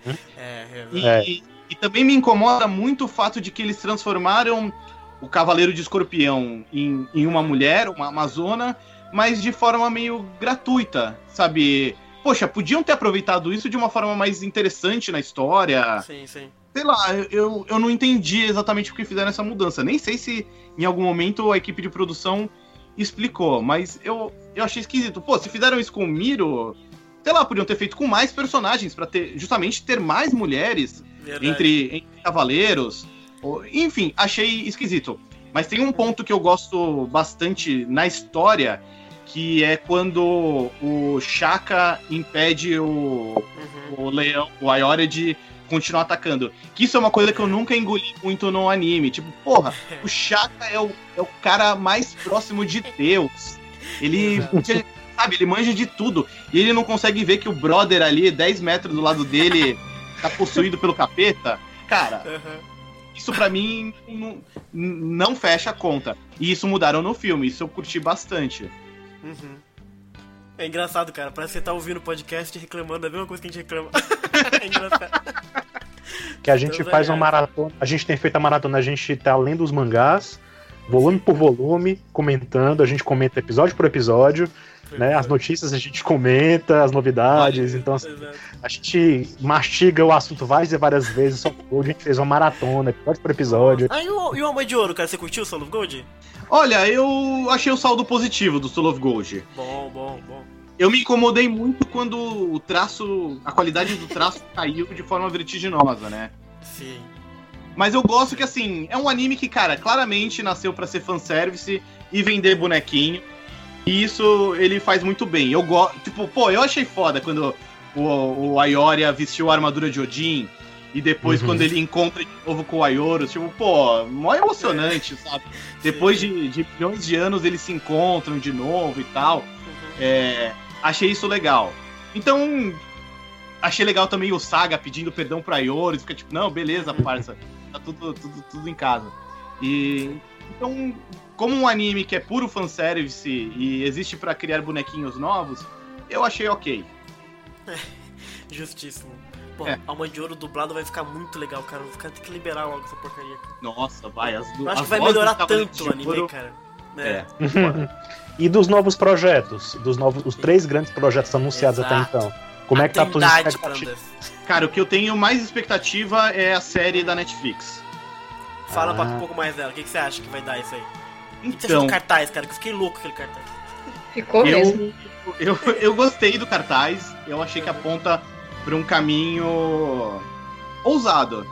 E também me incomoda muito o fato de que eles transformaram o Cavaleiro de Escorpião em uma mulher, uma amazona, mas de forma meio gratuita, sabe? Poxa, podiam ter aproveitado isso de uma forma mais interessante na história. Sim. Sei lá, eu não entendi exatamente por que fizeram essa mudança. Nem sei se em algum momento a equipe de produção explicou, mas eu achei esquisito. Pô, se fizeram isso com o Miro, sei lá, podiam ter feito com mais personagens, pra justamente ter mais mulheres entre cavaleiros. Enfim, achei esquisito. Mas tem um ponto que eu gosto bastante na história, que é quando o Shaka impede o leão, o Ayori, de continuar atacando. Que isso é uma coisa que eu nunca engoli muito no anime. Tipo, porra, o Shaka é o cara mais próximo de Deus. Ele, sabe, ele manja de tudo. E ele não consegue ver que o brother ali, 10 metros do lado dele, tá possuído pelo capeta. Cara... Isso pra mim não fecha a conta. E isso mudaram no filme, isso eu curti bastante. É engraçado, cara. Parece que você tá ouvindo o podcast e reclamando da mesma coisa que a gente reclama. É engraçado. que a gente faz uma maratona. A gente tem feito a maratona, a gente tá lendo os mangás, volume por volume, comentando, a gente comenta episódio por episódio, né? As notícias a gente comenta, as novidades, então assim, a gente mastiga o assunto várias vezes, só a gente fez uma maratona, episódio por episódio. Ah, e o Alma de Ouro, cara, você curtiu o Soul of Gold? Olha, eu achei o saldo positivo do Soul of Gold. Bom. Eu me incomodei muito quando a qualidade do traço caiu de forma vertiginosa, né? Sim. Mas eu gosto que, assim, é um anime que, cara, claramente nasceu pra ser fanservice e vender bonequinho. E isso ele faz muito bem. Eu gosto. Tipo, eu achei foda quando o Aioria vestiu a armadura de Odin. E depois, quando ele encontra de novo com o Aioros, tipo, mó emocionante, sabe? Depois de milhões de anos eles se encontram de novo e tal. Achei isso legal. Então, achei legal também o Saga pedindo perdão pro Aioros. Fica tipo, não, beleza, parça. Tá tudo em casa. E então, como um anime que é puro fanservice e existe pra criar bonequinhos novos, eu achei ok. Justíssimo. Alma de Ouro dublado vai ficar muito legal, cara. Vou ter que liberar logo essa porcaria. Nossa, vai. Eu acho que vai melhorar tanto o anime, cara. E dos novos projetos? Os 3 grandes projetos anunciados até então. Como é que tá tudo expectativa? Cara, o que eu tenho mais expectativa é a série da Netflix. Fala um pouco mais dela. O que você acha que vai dar isso aí? Então, o que você achou do cartaz, cara? Que eu fiquei louco com aquele cartaz. Ficou mesmo. Eu gostei do cartaz. Eu achei que aponta para um caminho ousado.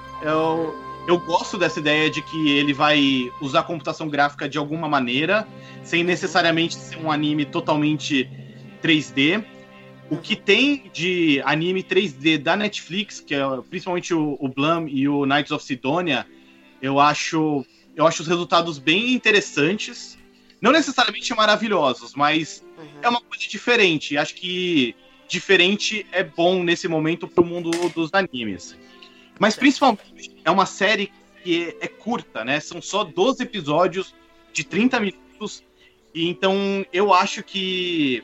Eu gosto dessa ideia de que ele vai usar computação gráfica de alguma maneira, sem necessariamente ser um anime totalmente 3D. O que tem de anime 3D da Netflix, que é principalmente o Blum e o Knights of Sidonia, eu acho os resultados bem interessantes. Não necessariamente maravilhosos, mas é uma coisa diferente. Acho que diferente é bom nesse momento pro mundo dos animes. Mas principalmente é uma série que é curta, né? São só 12 episódios de 30 minutos. E então eu acho que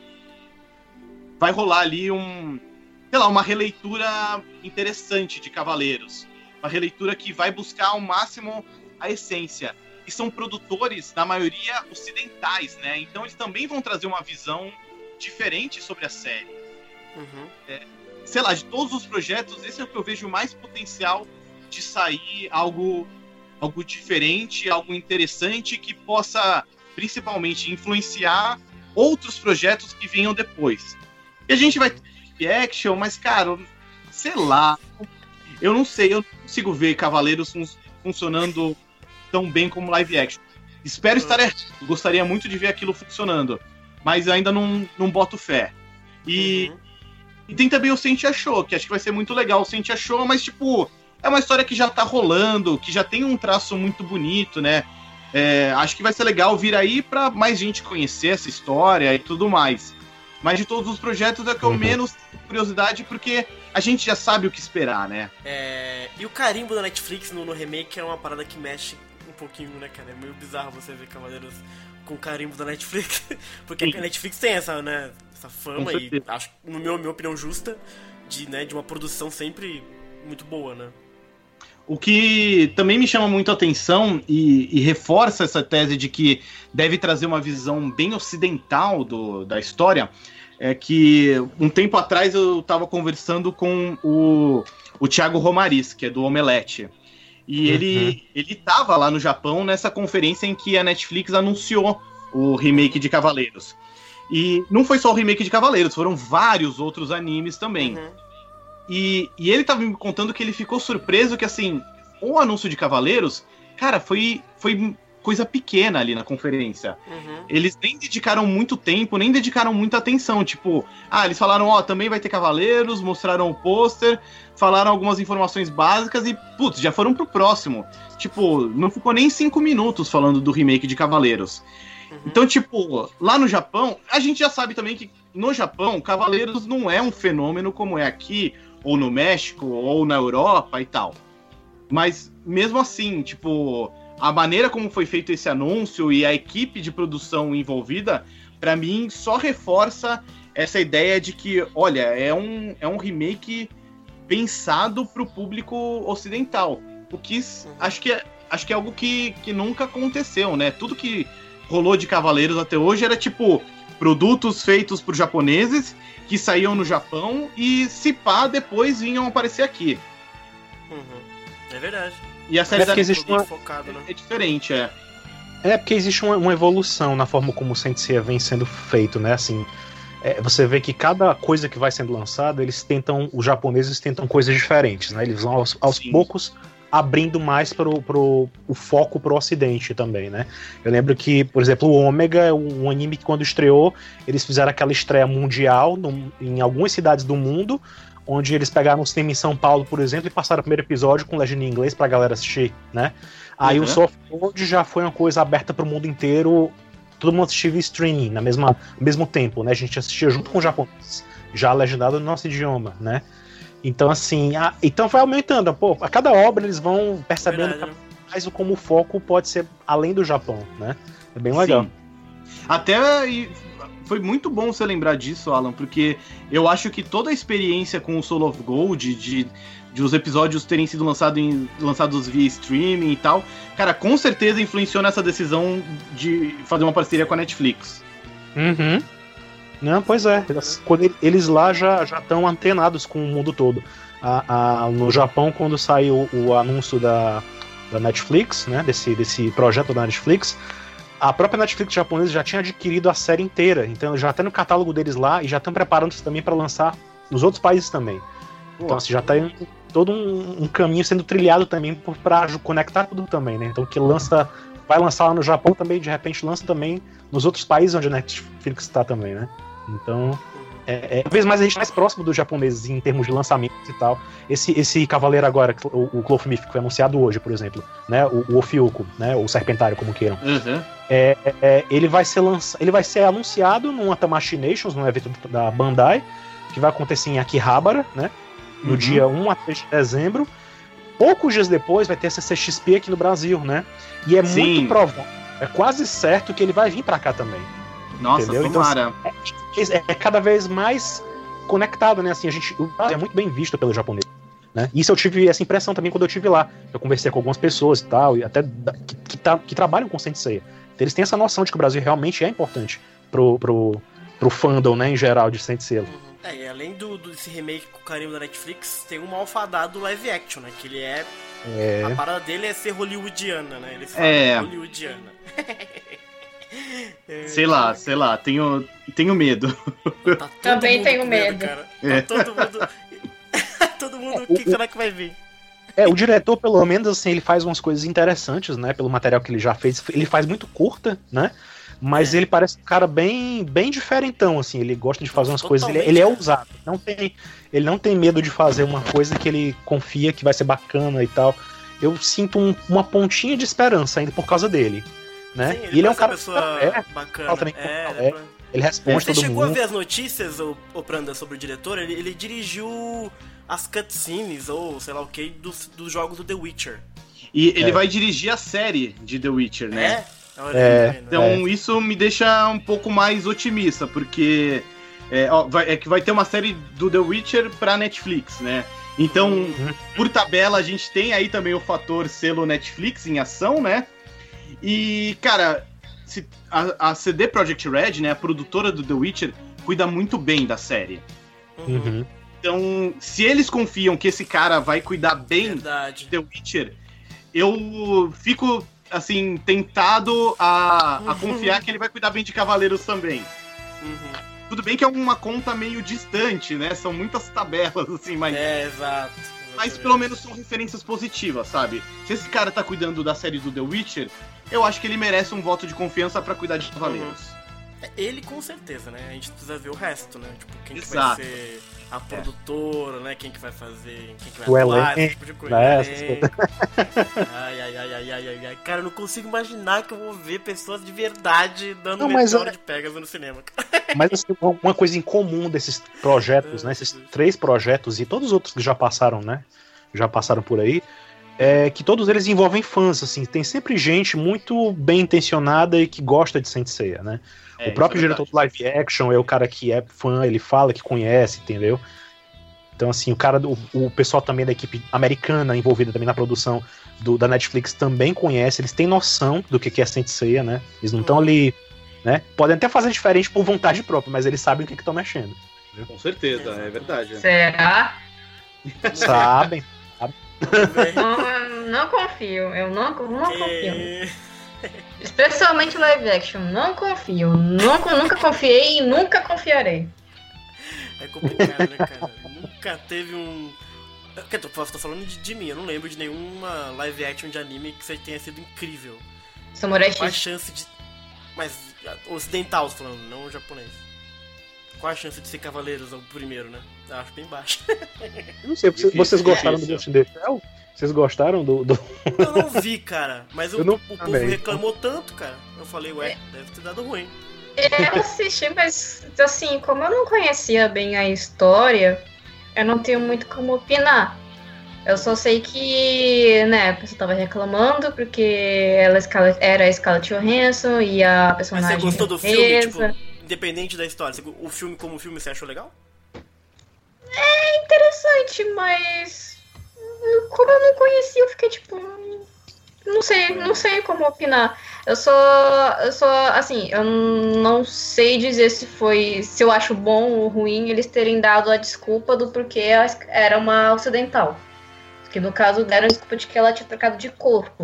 vai rolar ali uma releitura interessante de Cavaleiros. Uma releitura que vai buscar ao máximo a essência. E são produtores, na maioria, ocidentais, né? Então eles também vão trazer uma visão diferente sobre a série. Sei lá, de todos os projetos, esse é o que eu vejo mais potencial de sair algo diferente, algo interessante que possa, principalmente, influenciar outros projetos que venham depois. E a gente vai ter live action, mas, cara, sei lá, eu não sei, eu não consigo ver Cavaleiros funcionando tão bem como live action. Espero estar errado, gostaria muito de ver aquilo funcionando, mas ainda não boto fé. E tem também o Sentia Show, que acho que vai ser muito legal o Sentia Show, mas, tipo, é uma história que já tá rolando, que já tem um traço muito bonito, né? Acho que vai ser legal vir aí pra mais gente conhecer essa história e tudo mais. Mas de todos os projetos é que eu menos tenho curiosidade, porque a gente já sabe o que esperar, né? E o carimbo da Netflix no remake é uma parada que mexe um pouquinho, né, cara? É meio bizarro você ver Cavaleiros com carimbo da Netflix. Porque a Netflix tem essa, né, essa fama e acho, na minha opinião, justa de uma produção sempre muito boa, né? O que também me chama muito a atenção e reforça essa tese de que deve trazer uma visão bem ocidental da história é que um tempo atrás eu estava conversando com o Thiago Romariz, que é do Omelete. E ele estava lá no Japão nessa conferência em que a Netflix anunciou o remake de Cavaleiros. E não foi só o remake de Cavaleiros, foram vários outros animes também. E ele tava me contando que ele ficou surpreso que, assim, o anúncio de Cavaleiros, cara, foi coisa pequena ali na conferência. Eles nem dedicaram muito tempo, nem dedicaram muita atenção. Tipo, eles falaram, também vai ter Cavaleiros, mostraram o pôster, falaram algumas informações básicas e, putz, já foram pro próximo. Tipo, não ficou nem 5 minutos falando do remake de Cavaleiros. Então, tipo, lá no Japão, a gente já sabe também que no Japão, Cavaleiros não é um fenômeno como é aqui, ou no México, ou na Europa e tal. Mas, mesmo assim, tipo, a maneira como foi feito esse anúncio e a equipe de produção envolvida, pra mim, só reforça essa ideia de que, olha, é um remake pensado pro público ocidental. O que acho que é algo que nunca aconteceu, né? Tudo que rolou de Cavaleiros até hoje era tipo produtos feitos por japoneses que saíam no Japão e, se pá, depois vinham aparecer aqui. É verdade. E a série focado, né? É diferente, é. É porque existe uma evolução na forma como o Saint Seiya vem sendo feito, né? Assim, você vê que cada coisa que vai sendo lançada, os japoneses tentam coisas diferentes, né? Eles vão aos poucos abrindo mais pro foco pro ocidente também, né? Eu lembro que, por exemplo, o Ômega é um anime que quando estreou, eles fizeram aquela estreia mundial em algumas cidades do mundo, onde eles pegaram o cinema em São Paulo, por exemplo, e passaram o primeiro episódio com legenda em inglês pra galera assistir, né? Aí o soft mode já foi uma coisa aberta pro mundo inteiro, todo mundo assistia streaming ao mesmo tempo, né? A gente assistia junto com o japonês, já legendado no nosso idioma, né? Então, assim, então vai aumentando, pô, a cada obra eles vão percebendo mais como o foco pode ser além do Japão, né? É bem legal. Sim. Até foi muito bom você lembrar disso, Alan, porque eu acho que toda a experiência com o Soul of Gold, de os episódios terem sido lançados via streaming e tal, cara, com certeza influenciou nessa decisão de fazer uma parceria com a Netflix. Uhum. Não, pois é. Eles lá já estão antenados com o mundo todo. No Japão, quando saiu o anúncio da Netflix, né, desse projeto da Netflix, a própria Netflix japonesa já tinha adquirido a série inteira. Então já tá no catálogo deles lá e já estão preparando-se também para lançar nos outros países também. Então assim, já tá todo um caminho sendo trilhado também para conectar tudo também, né? Então vai lançar lá no Japão também, de repente lança também nos outros países onde a Netflix está também, né? Então, cada vez mais a gente é mais próximo dos japoneses em termos de lançamentos e tal. Esse cavaleiro agora, o Clothmith, que foi anunciado hoje, por exemplo, né? O Ofiuco, né? O Serpentário, como queiram. Uhum. Ele vai ser anunciado numa Tamashii Nations, num evento da Bandai, que vai acontecer em Akihabara, né? No dia 1 a 3 de dezembro. Poucos dias depois vai ter a CCXP aqui no Brasil, né? E é muito provável, é quase certo que ele vai vir pra cá também. Nossa, entendeu? tomara. Então, é cada vez mais conectado, né? Assim, o Brasil é muito bem visto pelo japonês, né? Isso eu tive essa impressão também quando eu estive lá. Eu conversei com algumas pessoas e tal, e até que trabalham com Saint Seiya. Então, eles têm essa noção de que o Brasil realmente é importante pro fandom, né, em geral, de Saint Seiya. E além desse remake com o carinho da Netflix, tem um malfadado live action, né? Que ele a parada dele é ser hollywoodiana, né? Ele fala hollywoodiana. Sei lá, tenho medo. Tá Também tenho medo. Cara. Tá todo mundo, o que será que vai vir? O diretor, pelo menos, assim, ele faz umas coisas interessantes, né? Pelo material que ele já fez. Ele faz muito curta, né? Mas ele parece um cara bem diferentão, assim. Ele gosta de fazer umas coisas. Ele é ousado. Ele não tem medo de fazer uma coisa que ele confia que vai ser bacana e tal. Eu sinto uma pontinha de esperança ainda por causa dele, né? Sim, e ele é um cara bacana. Também, ele responde todo mundo. Você chegou a ver as notícias, o Pranda, sobre o diretor? Ele dirigiu as cutscenes, ou sei lá o que, dos jogos do The Witcher. E ele vai dirigir a série de The Witcher, né? Então isso me deixa um pouco mais otimista, porque que vai ter uma série do The Witcher pra Netflix, né? Então, por tabela, a gente tem aí também o fator selo Netflix em ação, né? E, cara, a CD Projekt Red, né, a produtora do The Witcher, cuida muito bem da série. Uhum. Então, se eles confiam que esse cara vai cuidar bem do The Witcher, eu fico, assim, tentado a confiar que ele vai cuidar bem de Cavaleiros também. Tudo bem que é uma conta meio distante, né? São muitas tabelas, assim, mas... exato. Mas pelo menos são referências positivas, sabe? Se esse cara tá cuidando da série do The Witcher, eu acho que ele merece um voto de confiança pra cuidar de Cavaleiros. Ele com certeza, né? A gente precisa ver o resto, né? Tipo, quem que vai ser a produtora, né? Quem que vai fazer, quem que vai atuar, esse tipo de coisa. Ai. Cara, eu não consigo imaginar que eu vou ver pessoas de verdade dando Meteoro de Pegasus no cinema. Mas assim, uma coisa em comum desses projetos, né? Esses 3 projetos e todos os outros que já passaram, né? Já passaram por aí. É que todos eles envolvem fãs, assim. Tem sempre gente muito bem intencionada e que gosta de Saint Seiya, né? O próprio diretor do live action é o cara que é fã, ele fala que conhece, entendeu? Então, assim, o pessoal também da equipe americana envolvida também na produção da Netflix também conhece, eles têm noção do que é Saint Seiya, né? Eles não estão ali, né? Podem até fazer diferente por vontade própria, mas eles sabem o que estão mexendo. Com certeza, é verdade. Será? Sabem. Não confio, eu não confio. Especialmente live action, não confio. Nunca confiei e nunca confiarei. É complicado, né, cara? Nunca teve um... Tô falando de mim, eu não lembro de nenhuma live action de anime que tenha sido incrível. Samurai Qual a X. chance de... Mas ocidental, tô falando, não japonês. Qual a chance de ser Cavaleiros o primeiro, né? Eu acho bem baixo. Eu não sei, vocês gostaram do Ghost in the Shell? Vocês gostaram do... Eu não vi, cara, mas o povo também. reclamou tanto, cara. Eu falei, ué, deve ter dado ruim. Eu assisti, mas assim, como eu não conhecia bem a história, eu não tenho muito como opinar. Eu só sei que, né, a pessoa tava reclamando porque ela era a Scarlett Johansson e a personagem... Mas você gostou do filme, tipo, independente da história? O filme como filme você achou legal? É interessante, mas como eu não conhecia, eu fiquei tipo... Não sei como opinar. Eu só, assim, eu não sei dizer se eu acho bom ou ruim eles terem dado a desculpa do porquê era uma ocidental. Que no caso deram a desculpa de que ela tinha trocado de corpo.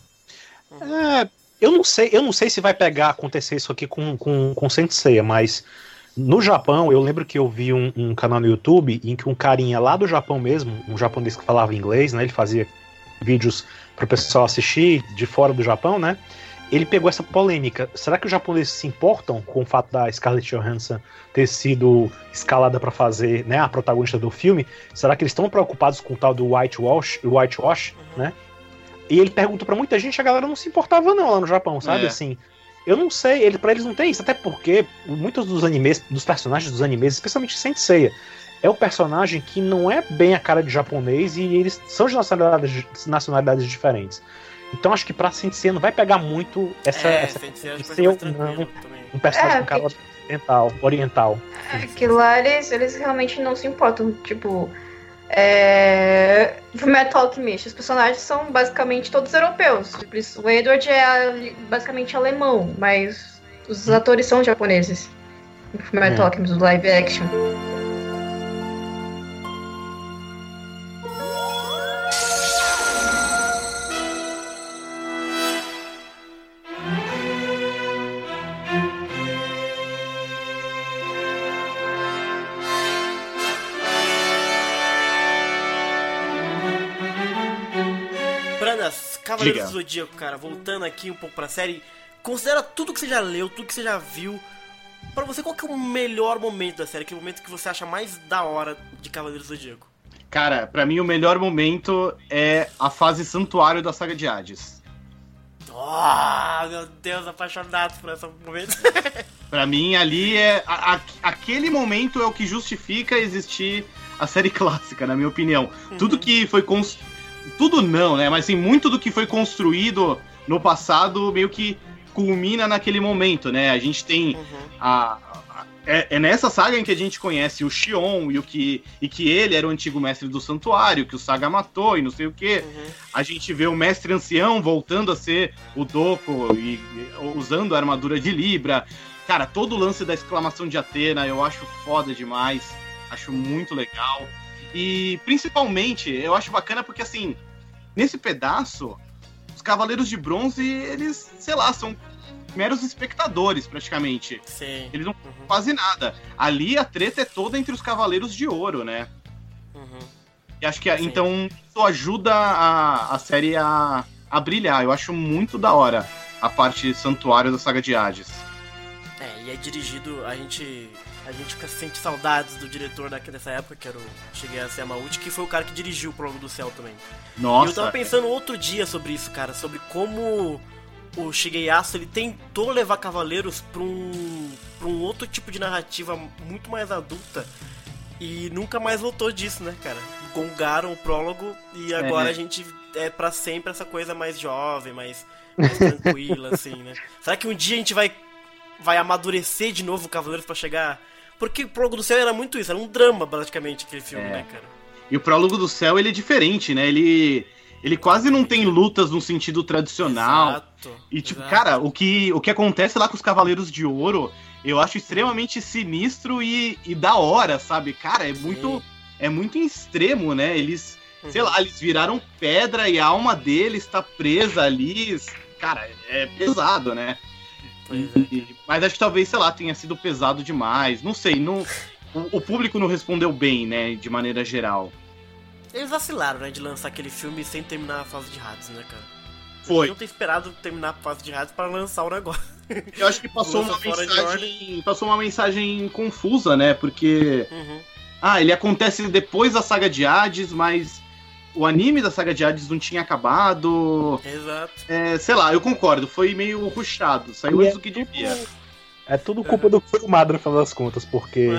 Eu não sei se vai acontecer isso aqui com Saint Seiya, mas no Japão, eu lembro que eu vi um canal no YouTube em que um carinha lá do Japão mesmo, um japonês que falava inglês, né, ele fazia vídeos para o pessoal assistir de fora do Japão, né? Ele pegou essa polêmica. Será que os japoneses se importam com o fato da Scarlett Johansson ter sido escalada para fazer, né, a protagonista do filme? Será que eles estão preocupados com o tal do whitewash, né? E ele perguntou para muita gente, a galera não se importava não lá no Japão, sabe? Assim, eu não sei, pra eles não tem isso, até porque muitos dos animes, dos personagens dos animes, especialmente Saint Seiya, é o personagem que não é bem a cara de japonês e eles são de nacionalidades diferentes. Então acho que pra Saint Seiya não vai pegar muito essa ser um personagem com cara oriental. É que lá eles realmente não se importam, tipo... Fullmetal Alchemist, os personagens são basicamente todos europeus. O Edward é basicamente alemão, mas os atores são japoneses. O Fullmetal Alchemist, do live action. Cavaleiros do Zodíaco, cara, voltando aqui um pouco pra série, considera tudo que você já leu, tudo que você já viu. Pra você, qual que é o melhor momento da série? Que é o momento que você acha mais da hora de Cavaleiros do Zodíaco? Cara, pra mim o melhor momento é a fase Santuário da Saga de Hades. Meu Deus, apaixonado por esse momento. Pra mim, ali aquele momento é o que justifica existir a série clássica, na minha opinião. Tudo que foi Tudo não, né? Mas assim, muito do que foi construído no passado meio que culmina naquele momento, né? A gente tem é nessa saga em que a gente conhece o Xion e que ele era o antigo mestre do santuário, que o Saga matou e não sei o quê. A gente vê o mestre ancião voltando a ser o Doko e usando a armadura de Libra. Cara, todo o lance da exclamação de Atena eu acho foda demais. Acho muito legal. E, principalmente, eu acho bacana porque, assim, nesse pedaço, os Cavaleiros de Bronze, eles, sei lá, são meros espectadores, praticamente. Sim. Eles não fazem nada. Ali, a treta é toda entre os Cavaleiros de Ouro, né? E acho que, então, isso ajuda a série a brilhar. Eu acho muito da hora a parte Santuário da Saga de Hades. E é dirigido, a gente sente saudades do diretor dessa época, que era o Shigeyasu Yamauchi, que foi o cara que dirigiu o Prólogo do Céu também. Nossa. E eu tava pensando outro dia sobre isso, cara, sobre como o Shigeyasu, ele tentou levar Cavaleiros pra um outro tipo de narrativa muito mais adulta e nunca mais voltou disso, né, cara? Gongaram o Prólogo e agora a gente é pra sempre essa coisa mais jovem, mais tranquila, assim, né? Será que um dia a gente vai amadurecer de novo o Cavaleiros pra chegar Porque o Prólogo do Céu era muito isso, era um drama, praticamente, aquele filme, né, cara? E o Prólogo do Céu, ele é diferente, né? Ele quase não tem lutas no sentido tradicional. Exato. E, tipo, exato. cara, o que acontece lá com os Cavaleiros de Ouro, eu acho extremamente sinistro e da hora, sabe? Cara, é muito em extremo, né? Eles, sei lá, eles viraram pedra e a alma deles tá presa ali. Cara, é pesado, né? Mas acho que talvez, sei lá, tenha sido pesado demais. Não sei, o público não respondeu bem, né? De maneira geral. Eles vacilaram, né, de lançar aquele filme sem terminar a fase de Hades, né, cara? Foi. Eles não ter esperado terminar a fase de Hades pra lançar o negócio. Eu acho que passou uma mensagem confusa, né? Porque... ele acontece depois da saga de Hades, mas o anime da saga de Hades não tinha acabado. Exato. Sei lá, eu concordo, foi meio rushado, saiu antes do que devia. É tudo culpa do Kurumada, no final das contas, porque...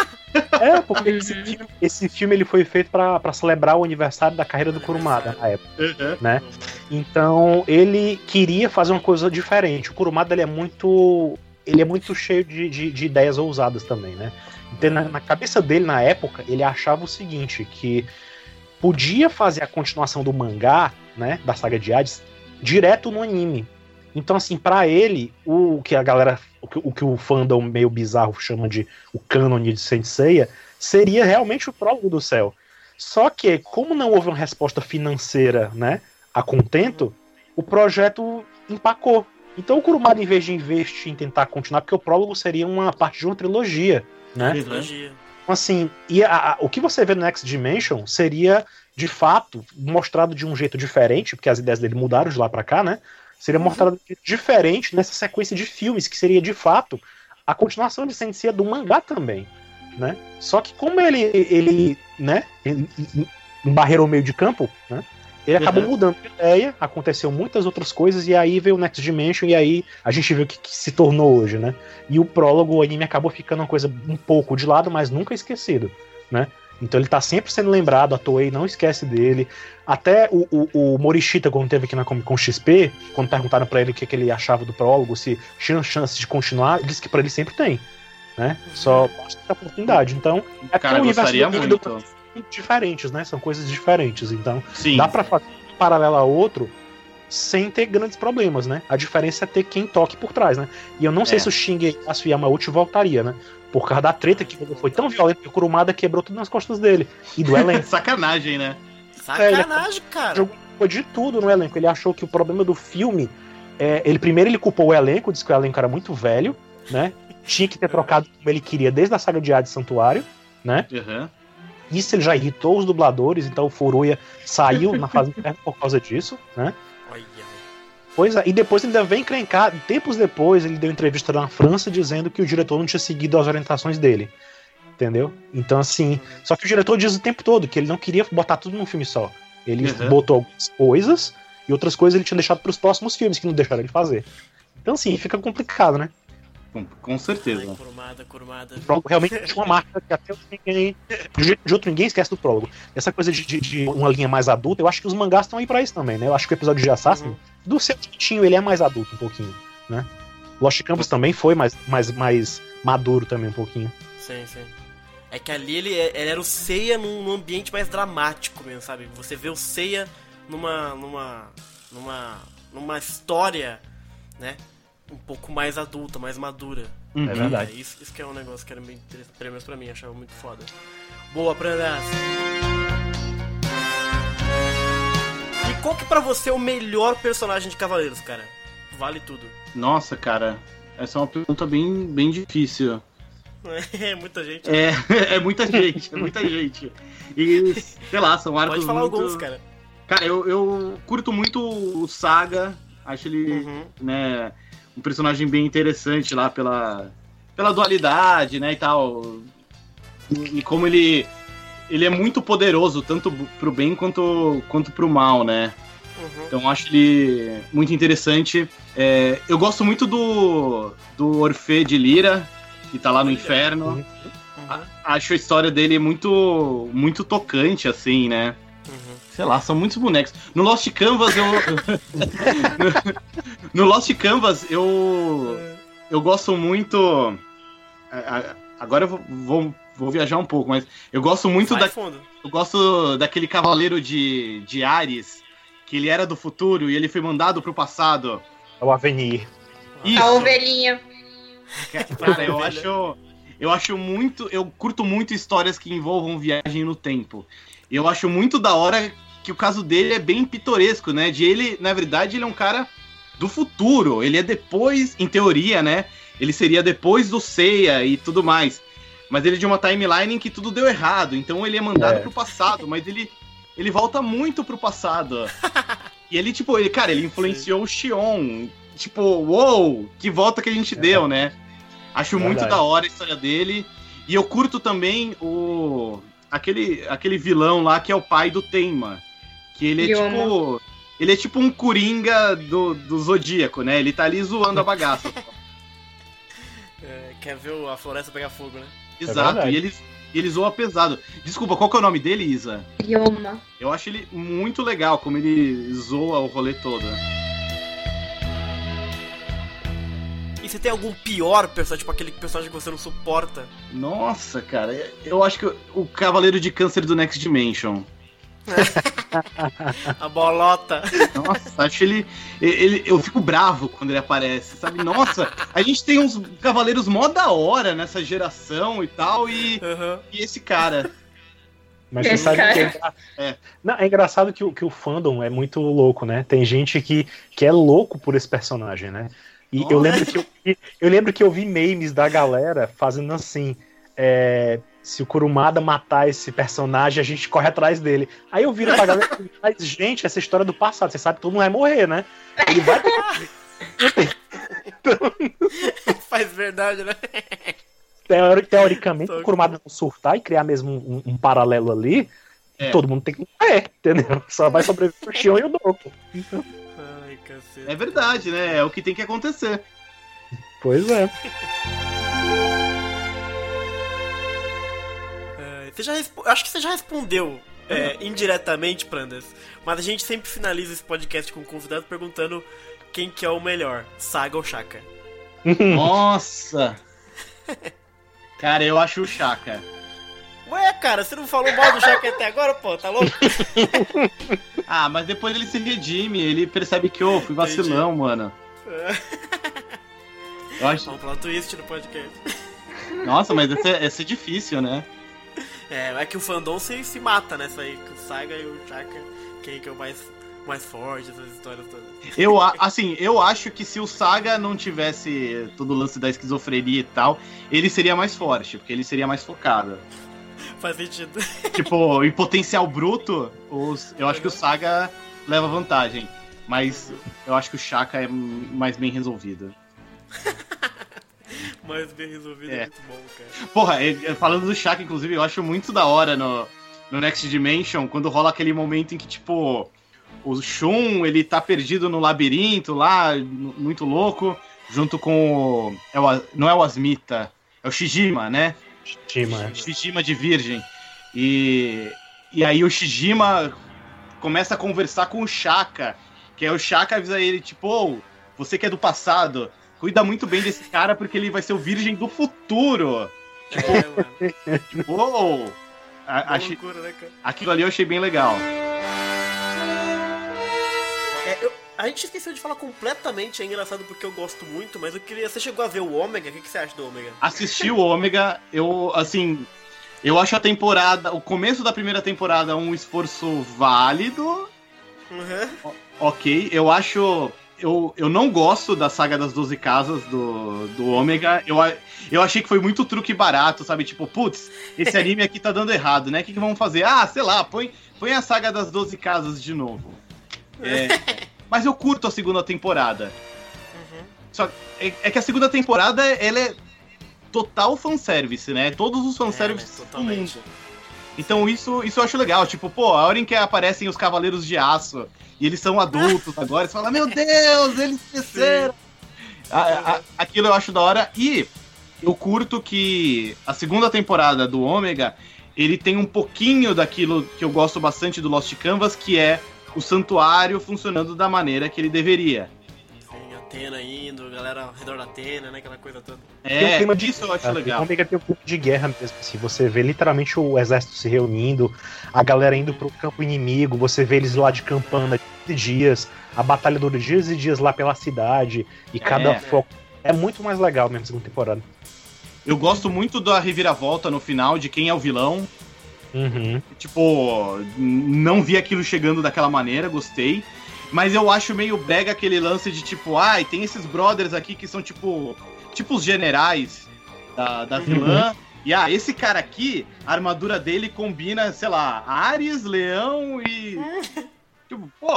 porque esse filme ele foi feito pra celebrar o aniversário da carreira do Kurumada na época, né? Então ele queria fazer uma coisa diferente. O Kurumada ele é muito cheio de ideias ousadas também, né? Então na cabeça dele na época ele achava o seguinte, que podia fazer a continuação do mangá, né, da saga de Hades, direto no anime. Então, assim, pra ele, o que o fandom meio bizarro chama de o cânone de Saint Seiya, seria realmente o Prólogo do Céu. Só que, como não houve uma resposta financeira, né, a contento, o projeto empacou. Então o Kurumada, em vez de investir em tentar continuar, porque o Prólogo seria uma parte de uma trilogia, né? Trilogia. Então, assim, o que você vê no Next Dimension seria, de fato, mostrado de um jeito diferente, porque as ideias dele mudaram de lá pra cá, né? Seria mostrado diferente nessa sequência de filmes, que seria, de fato, a continuação de Saint Seiya do mangá também, né? Só que como ele embarreirou o meio de campo, né? Ele acabou mudando de ideia, aconteceu muitas outras coisas, e aí veio o Next Dimension, e aí a gente viu o que se tornou hoje, né? E o Prólogo, o anime, acabou ficando uma coisa um pouco de lado, mas nunca esquecido, né? Então ele tá sempre sendo lembrado, a Toei não esquece dele. Até o Morishita, quando teve aqui na Comic Con XP, quando perguntaram pra ele o que ele achava do Prólogo, se tinha chance de continuar, ele disse que pra ele sempre tem, né? Só basta ter a oportunidade. Então, cara, gostaria muito. Diferentes, né? São coisas diferentes. Então, sim, dá pra fazer um paralelo a outro sem ter grandes problemas, né? A diferença é ter quem toque por trás, né? E eu não sei se o Shigeru Yamauchi voltaria, né? Por causa da treta que foi tão violenta que o Kurumada quebrou tudo nas costas dele. E do elenco. Sacanagem, né? Sacanagem, cara. Jogou de tudo no elenco. Ele achou que o problema do filme... ele culpou o elenco, disse que o elenco era muito velho, né? Tinha que ter trocado como ele queria desde a saga de Hades Santuário, né? Isso ele já irritou os dubladores, então o Furuya saiu na fase interna por causa disso, né? Pois é, e depois ele ainda vem encrencar, tempos depois ele deu entrevista na França dizendo que o diretor não tinha seguido as orientações dele, entendeu? Então assim, só que o diretor diz o tempo todo que ele não queria botar tudo num filme só. Ele botou algumas coisas e outras coisas ele tinha deixado para os próximos filmes que não deixaram ele fazer. Então assim, fica complicado, né? Com certeza. Kurumada. O Prólogo realmente tinha uma marca que até de outro ninguém esquece do Prólogo. Essa coisa de uma linha mais adulta, eu acho que os mangás estão aí pra isso também, né? Eu acho que o episódio de Assassin, do seu jeitinho, ele é mais adulto um pouquinho, né? Lost Canvas também foi mais maduro também um pouquinho. Sim. É que ali ele era o Seiya num ambiente mais dramático mesmo, sabe? Você vê o Seiya numa história, né? Um pouco mais adulta, mais madura. É verdade. Isso que é um negócio que era bem interessante, pelo menos pra mim, achava muito foda. Boa, Prandas. E qual que pra você é o melhor personagem de Cavaleiros, cara? Vale tudo. Nossa, cara, essa é uma pergunta bem difícil. É muita gente. É muita gente. E, sei lá, são arcos. Pode falar alguns, cara. Cara, eu curto muito o Saga. Acho ele, né, um personagem bem interessante lá pela dualidade, né, e tal. E como ele é muito poderoso, tanto pro bem quanto pro mal, né? Então acho ele muito interessante. Eu gosto muito do Orfeu de Lira, que tá lá no inferno. Acho a história dele muito, muito tocante, assim, né? Sei lá, são muitos bonecos. No Lost Canvas no Lost Canvas eu gosto muito. Agora eu vou viajar um pouco, mas eu gosto muito eu gosto daquele cavaleiro de Ares, que ele era do futuro e ele foi mandado pro passado. É o Avenir. Isso. A ovelhinha. Cara, eu acho muito. Eu curto muito histórias que envolvam viagem no tempo. Eu acho muito da hora que o caso dele é bem pitoresco, né? Na verdade, ele é um cara do futuro. Ele é depois, em teoria, né? Ele seria depois do Seiya e tudo mais. Mas ele é de uma timeline em que tudo deu errado. Então ele é mandado pro passado, mas ele volta muito pro passado. E ele, tipo, ele influenciou o Xion. Tipo, uou, que volta que a gente deu, né? Acho muito da hora a história dele. E eu curto também aquele vilão lá que é o pai do Tenma. Que ele é tipo um Coringa do Zodíaco, né? Ele tá ali zoando a bagaça. Quer ver a floresta pegar fogo, né? Exato, e ele zoa pesado. Desculpa, qual que é o nome dele, Isa? Ryoma. Eu acho ele muito legal, como ele zoa o rolê todo. E você tem algum pior personagem, tipo aquele personagem que você não suporta? Nossa, cara, eu acho que o Cavaleiro de Câncer do Next Dimension. A bolota. Nossa, acho ele. Eu fico bravo quando ele aparece, sabe? Nossa, a gente tem uns cavaleiros mó da hora nessa geração e tal, e esse cara. Mas você sabe que Não, é engraçado que o fandom é muito louco, né? Tem gente que é louco por esse personagem, né? E eu lembro que eu vi memes da galera fazendo assim. Se o Kurumada matar esse personagem, a gente corre atrás dele. Aí eu viro pra galera e falo, gente, essa história do passado, você sabe que todo mundo vai morrer, né? Ele vai Faz verdade, né? Teoricamente, o Kurumada não surtar e criar mesmo um paralelo ali, todo mundo tem que morrer, entendeu? Só vai sobreviver o Xion e o Doku. Então... Ai, cacete. É verdade, né? É o que tem que acontecer. Pois é. Acho que você já respondeu indiretamente, Prandas, mas a gente sempre finaliza esse podcast com o convidado perguntando quem que é o melhor, Saga ou Shaka. Nossa! Cara, eu acho o Shaka. Ué, cara, você não falou mal do Shaka até agora, pô? Tá louco? Mas depois ele se redime, ele percebe que, fui vacilão, mano. Eu acho... Um plot twist no podcast. Nossa, mas esse é difícil, né? É que o fandom se mata nessa aí, que o Saga e o Shaka, quem que é o mais forte, essas histórias todas. Eu acho que se o Saga não tivesse todo o lance da esquizofrenia e tal, ele seria mais forte, porque ele seria mais focado. Faz sentido. Tipo, em potencial bruto, eu acho que o Saga leva vantagem, mas eu acho que o Shaka é mais bem resolvido. Mais bem resolvido é muito bom, cara. Porra, falando do Shaka, inclusive, eu acho muito da hora no Next Dimension, quando rola aquele momento em que, tipo, o Shun, ele tá perdido no labirinto lá, muito louco, junto com não é o Asmita, é o Shijima, né? Shijima de Virgem. E aí o Shijima começa a conversar com o Shaka, que aí o Shaka avisa ele, tipo, você que é do passado... Cuida muito bem desse cara porque ele vai ser o virgem do futuro. Tipo, loucura, né, cara? Aquilo ali eu achei bem legal. A gente esqueceu de falar completamente, é engraçado porque eu gosto muito, mas eu queria... Você chegou a ver o Ômega? O que você acha do Ômega? Assisti o Ômega, eu acho o começo da primeira temporada um esforço válido. Ok, eu acho... Eu não gosto da saga das 12 casas do Ômega. Eu achei que foi muito truque barato, sabe? Tipo, putz, esse anime aqui tá dando errado, né? O que vamos fazer? Sei lá, põe a saga das 12 casas de novo. Mas eu curto a segunda temporada. Só que a segunda temporada, ela é total fanservice, né? Todos os fanservices do mundo. Então isso eu acho legal. Tipo, a hora em que aparecem os Cavaleiros de Aço e eles são adultos agora, você fala, meu Deus, eles cresceram. Aquilo eu acho da hora. E eu curto que a segunda temporada do Ômega, ele tem um pouquinho daquilo que eu gosto bastante do Lost Canvas, que é o santuário funcionando da maneira que ele deveria. Sim, Atena indo, galera ao redor da Atena, né? Aquela coisa toda. Tem um clima de isso eu acho legal. Ômega tem um clima de guerra mesmo, assim. Você vê literalmente o exército se reunindo, a galera indo pro campo inimigo, você vê eles lá de campana de dias, a batalha dura dias e dias lá pela cidade, e cada foco. É muito mais legal mesmo a segunda temporada. Eu gosto muito da reviravolta no final de quem é o vilão. Uhum. Tipo, não vi aquilo chegando daquela maneira, gostei. Mas eu acho meio brega aquele lance de tipo, e tem esses brothers aqui que são tipo os generais da vilã. E esse cara aqui, a armadura dele combina, sei lá, Áries, Leão e... tipo, pô,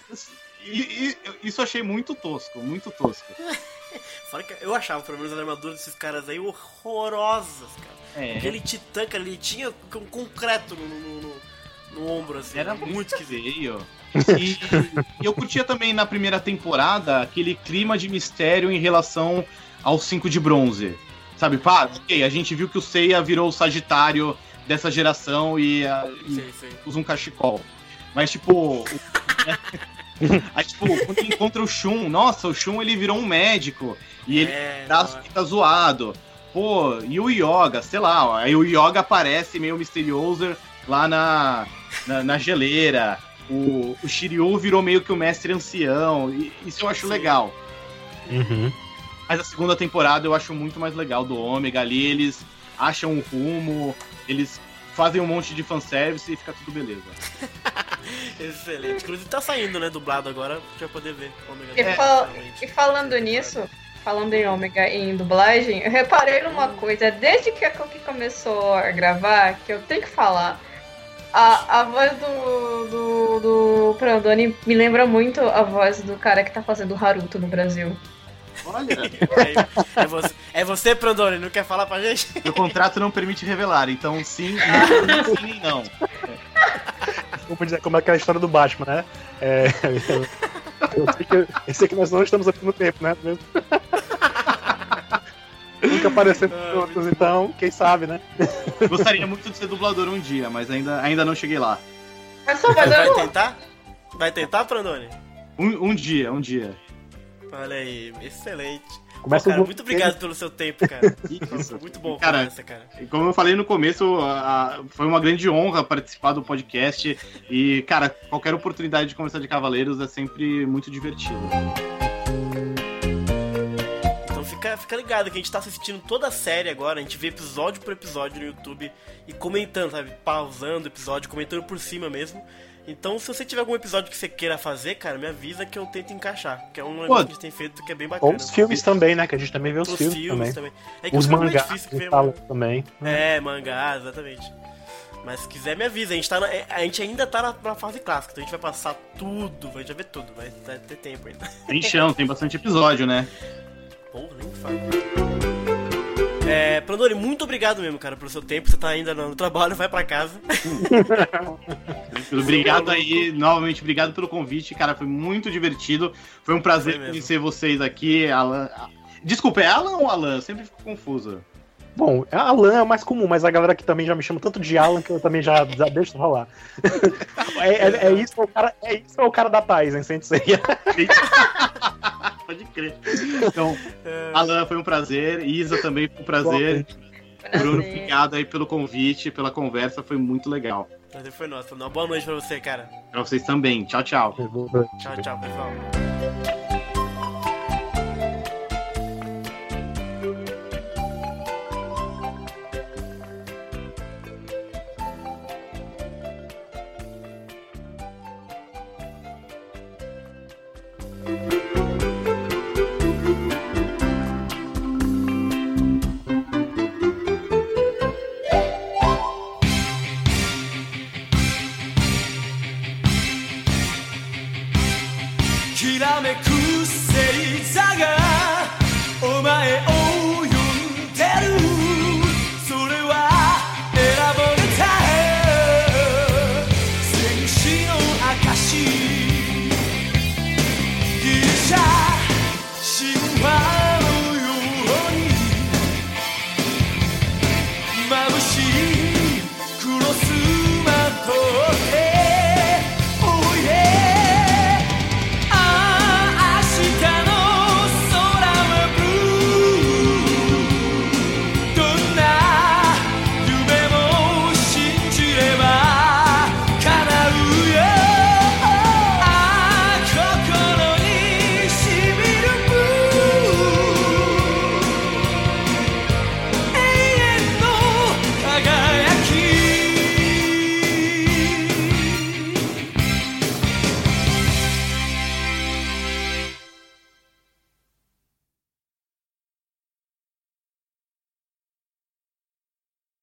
isso eu achei muito tosco, muito tosco. Fora que eu achava, pelo menos, as armaduras desses caras aí horrorosas, cara. Aquele titã, cara, ele tinha um concreto no ombro, assim. Era muito esquisito. E eu curtia também na primeira temporada aquele clima de mistério em relação aos 5 de bronze. Sabe, ok, a gente viu que o Seiya virou o Sagitário dessa geração e usa um cachecol. Mas, tipo... Aí, tipo, quando ele encontra o Shun, nossa, o Shun ele virou um médico. E ele tá zoado. Pô, e o Yoga, sei lá, aí o Yoga aparece meio misterioso lá na geleira. O Shiryu virou meio que o mestre ancião. E isso eu acho legal. Uhum. Mas a segunda temporada eu acho muito mais legal do Ômega ali. Eles acham um rumo, eles fazem um monte de fanservice e fica tudo beleza. Excelente. Inclusive tá saindo, né, dublado agora, pra poder ver Ômega. E falando nisso, falando em Ômega e em dublagem, eu reparei numa coisa, desde que a Cookie começou a gravar, que eu tenho que falar. A voz do Prandoni me lembra muito a voz do cara que tá fazendo o Haruto no Brasil. Olha! É você, Prandoni, não quer falar pra gente? O contrato não permite revelar, então sim e não. Desculpa dizer, como é aquela história do Batman, né? Eu sei que nós não estamos aqui no tempo, né? Nunca aparecemos outros, então, quem sabe, né? Gostaria muito de ser dublador um dia, mas ainda não cheguei lá. Mas só vai tentar? Vai tentar, Prandoni? Um dia. Olha aí, excelente. Cara, muito obrigado pelo seu tempo, cara. Isso. Muito bom, cara. Como eu falei no começo, foi uma grande honra participar do podcast. E, cara, qualquer oportunidade de conversar de Cavaleiros é sempre muito divertido. Então fica ligado que a gente tá assistindo toda a série agora. A gente vê episódio por episódio no YouTube e comentando, sabe? Pausando o episódio, comentando por cima mesmo. Então, se você tiver algum episódio que você queira fazer, cara, me avisa que eu tento encaixar. Que é um negócio que a gente tem feito que é bem bacana. Ou os filmes também, né? Que a gente também vê os filmes também. Os mangás também. Mangás, exatamente. Mas se quiser, me avisa. A gente ainda tá na fase clássica, então a gente vai passar tudo, a gente vai ver tudo, vai ter tempo ainda. Tem chão, tem bastante episódio, né? Porra, nem fala. Prandoni, muito obrigado mesmo, cara, pelo seu tempo. Você tá ainda no trabalho, vai pra casa. Obrigado aí, novamente, obrigado pelo convite, cara, foi muito divertido. Foi um prazer conhecer vocês aqui. Alan... Desculpa, é Alan ou Alan? Eu sempre fico confuso. Bom, Alan é o mais comum, mas a galera aqui também já me chama tanto de Alan que eu também já deixo rolar. Isso é o cara da Thais, hein, Sensei? Pode crer. Então, Alan, foi um prazer. Isa também foi um prazer. Bruno, obrigado aí pelo convite, pela conversa, foi muito legal. Prazer foi nosso. Uma boa noite pra você, cara. Pra vocês também. Tchau, tchau. Tchau, pessoal.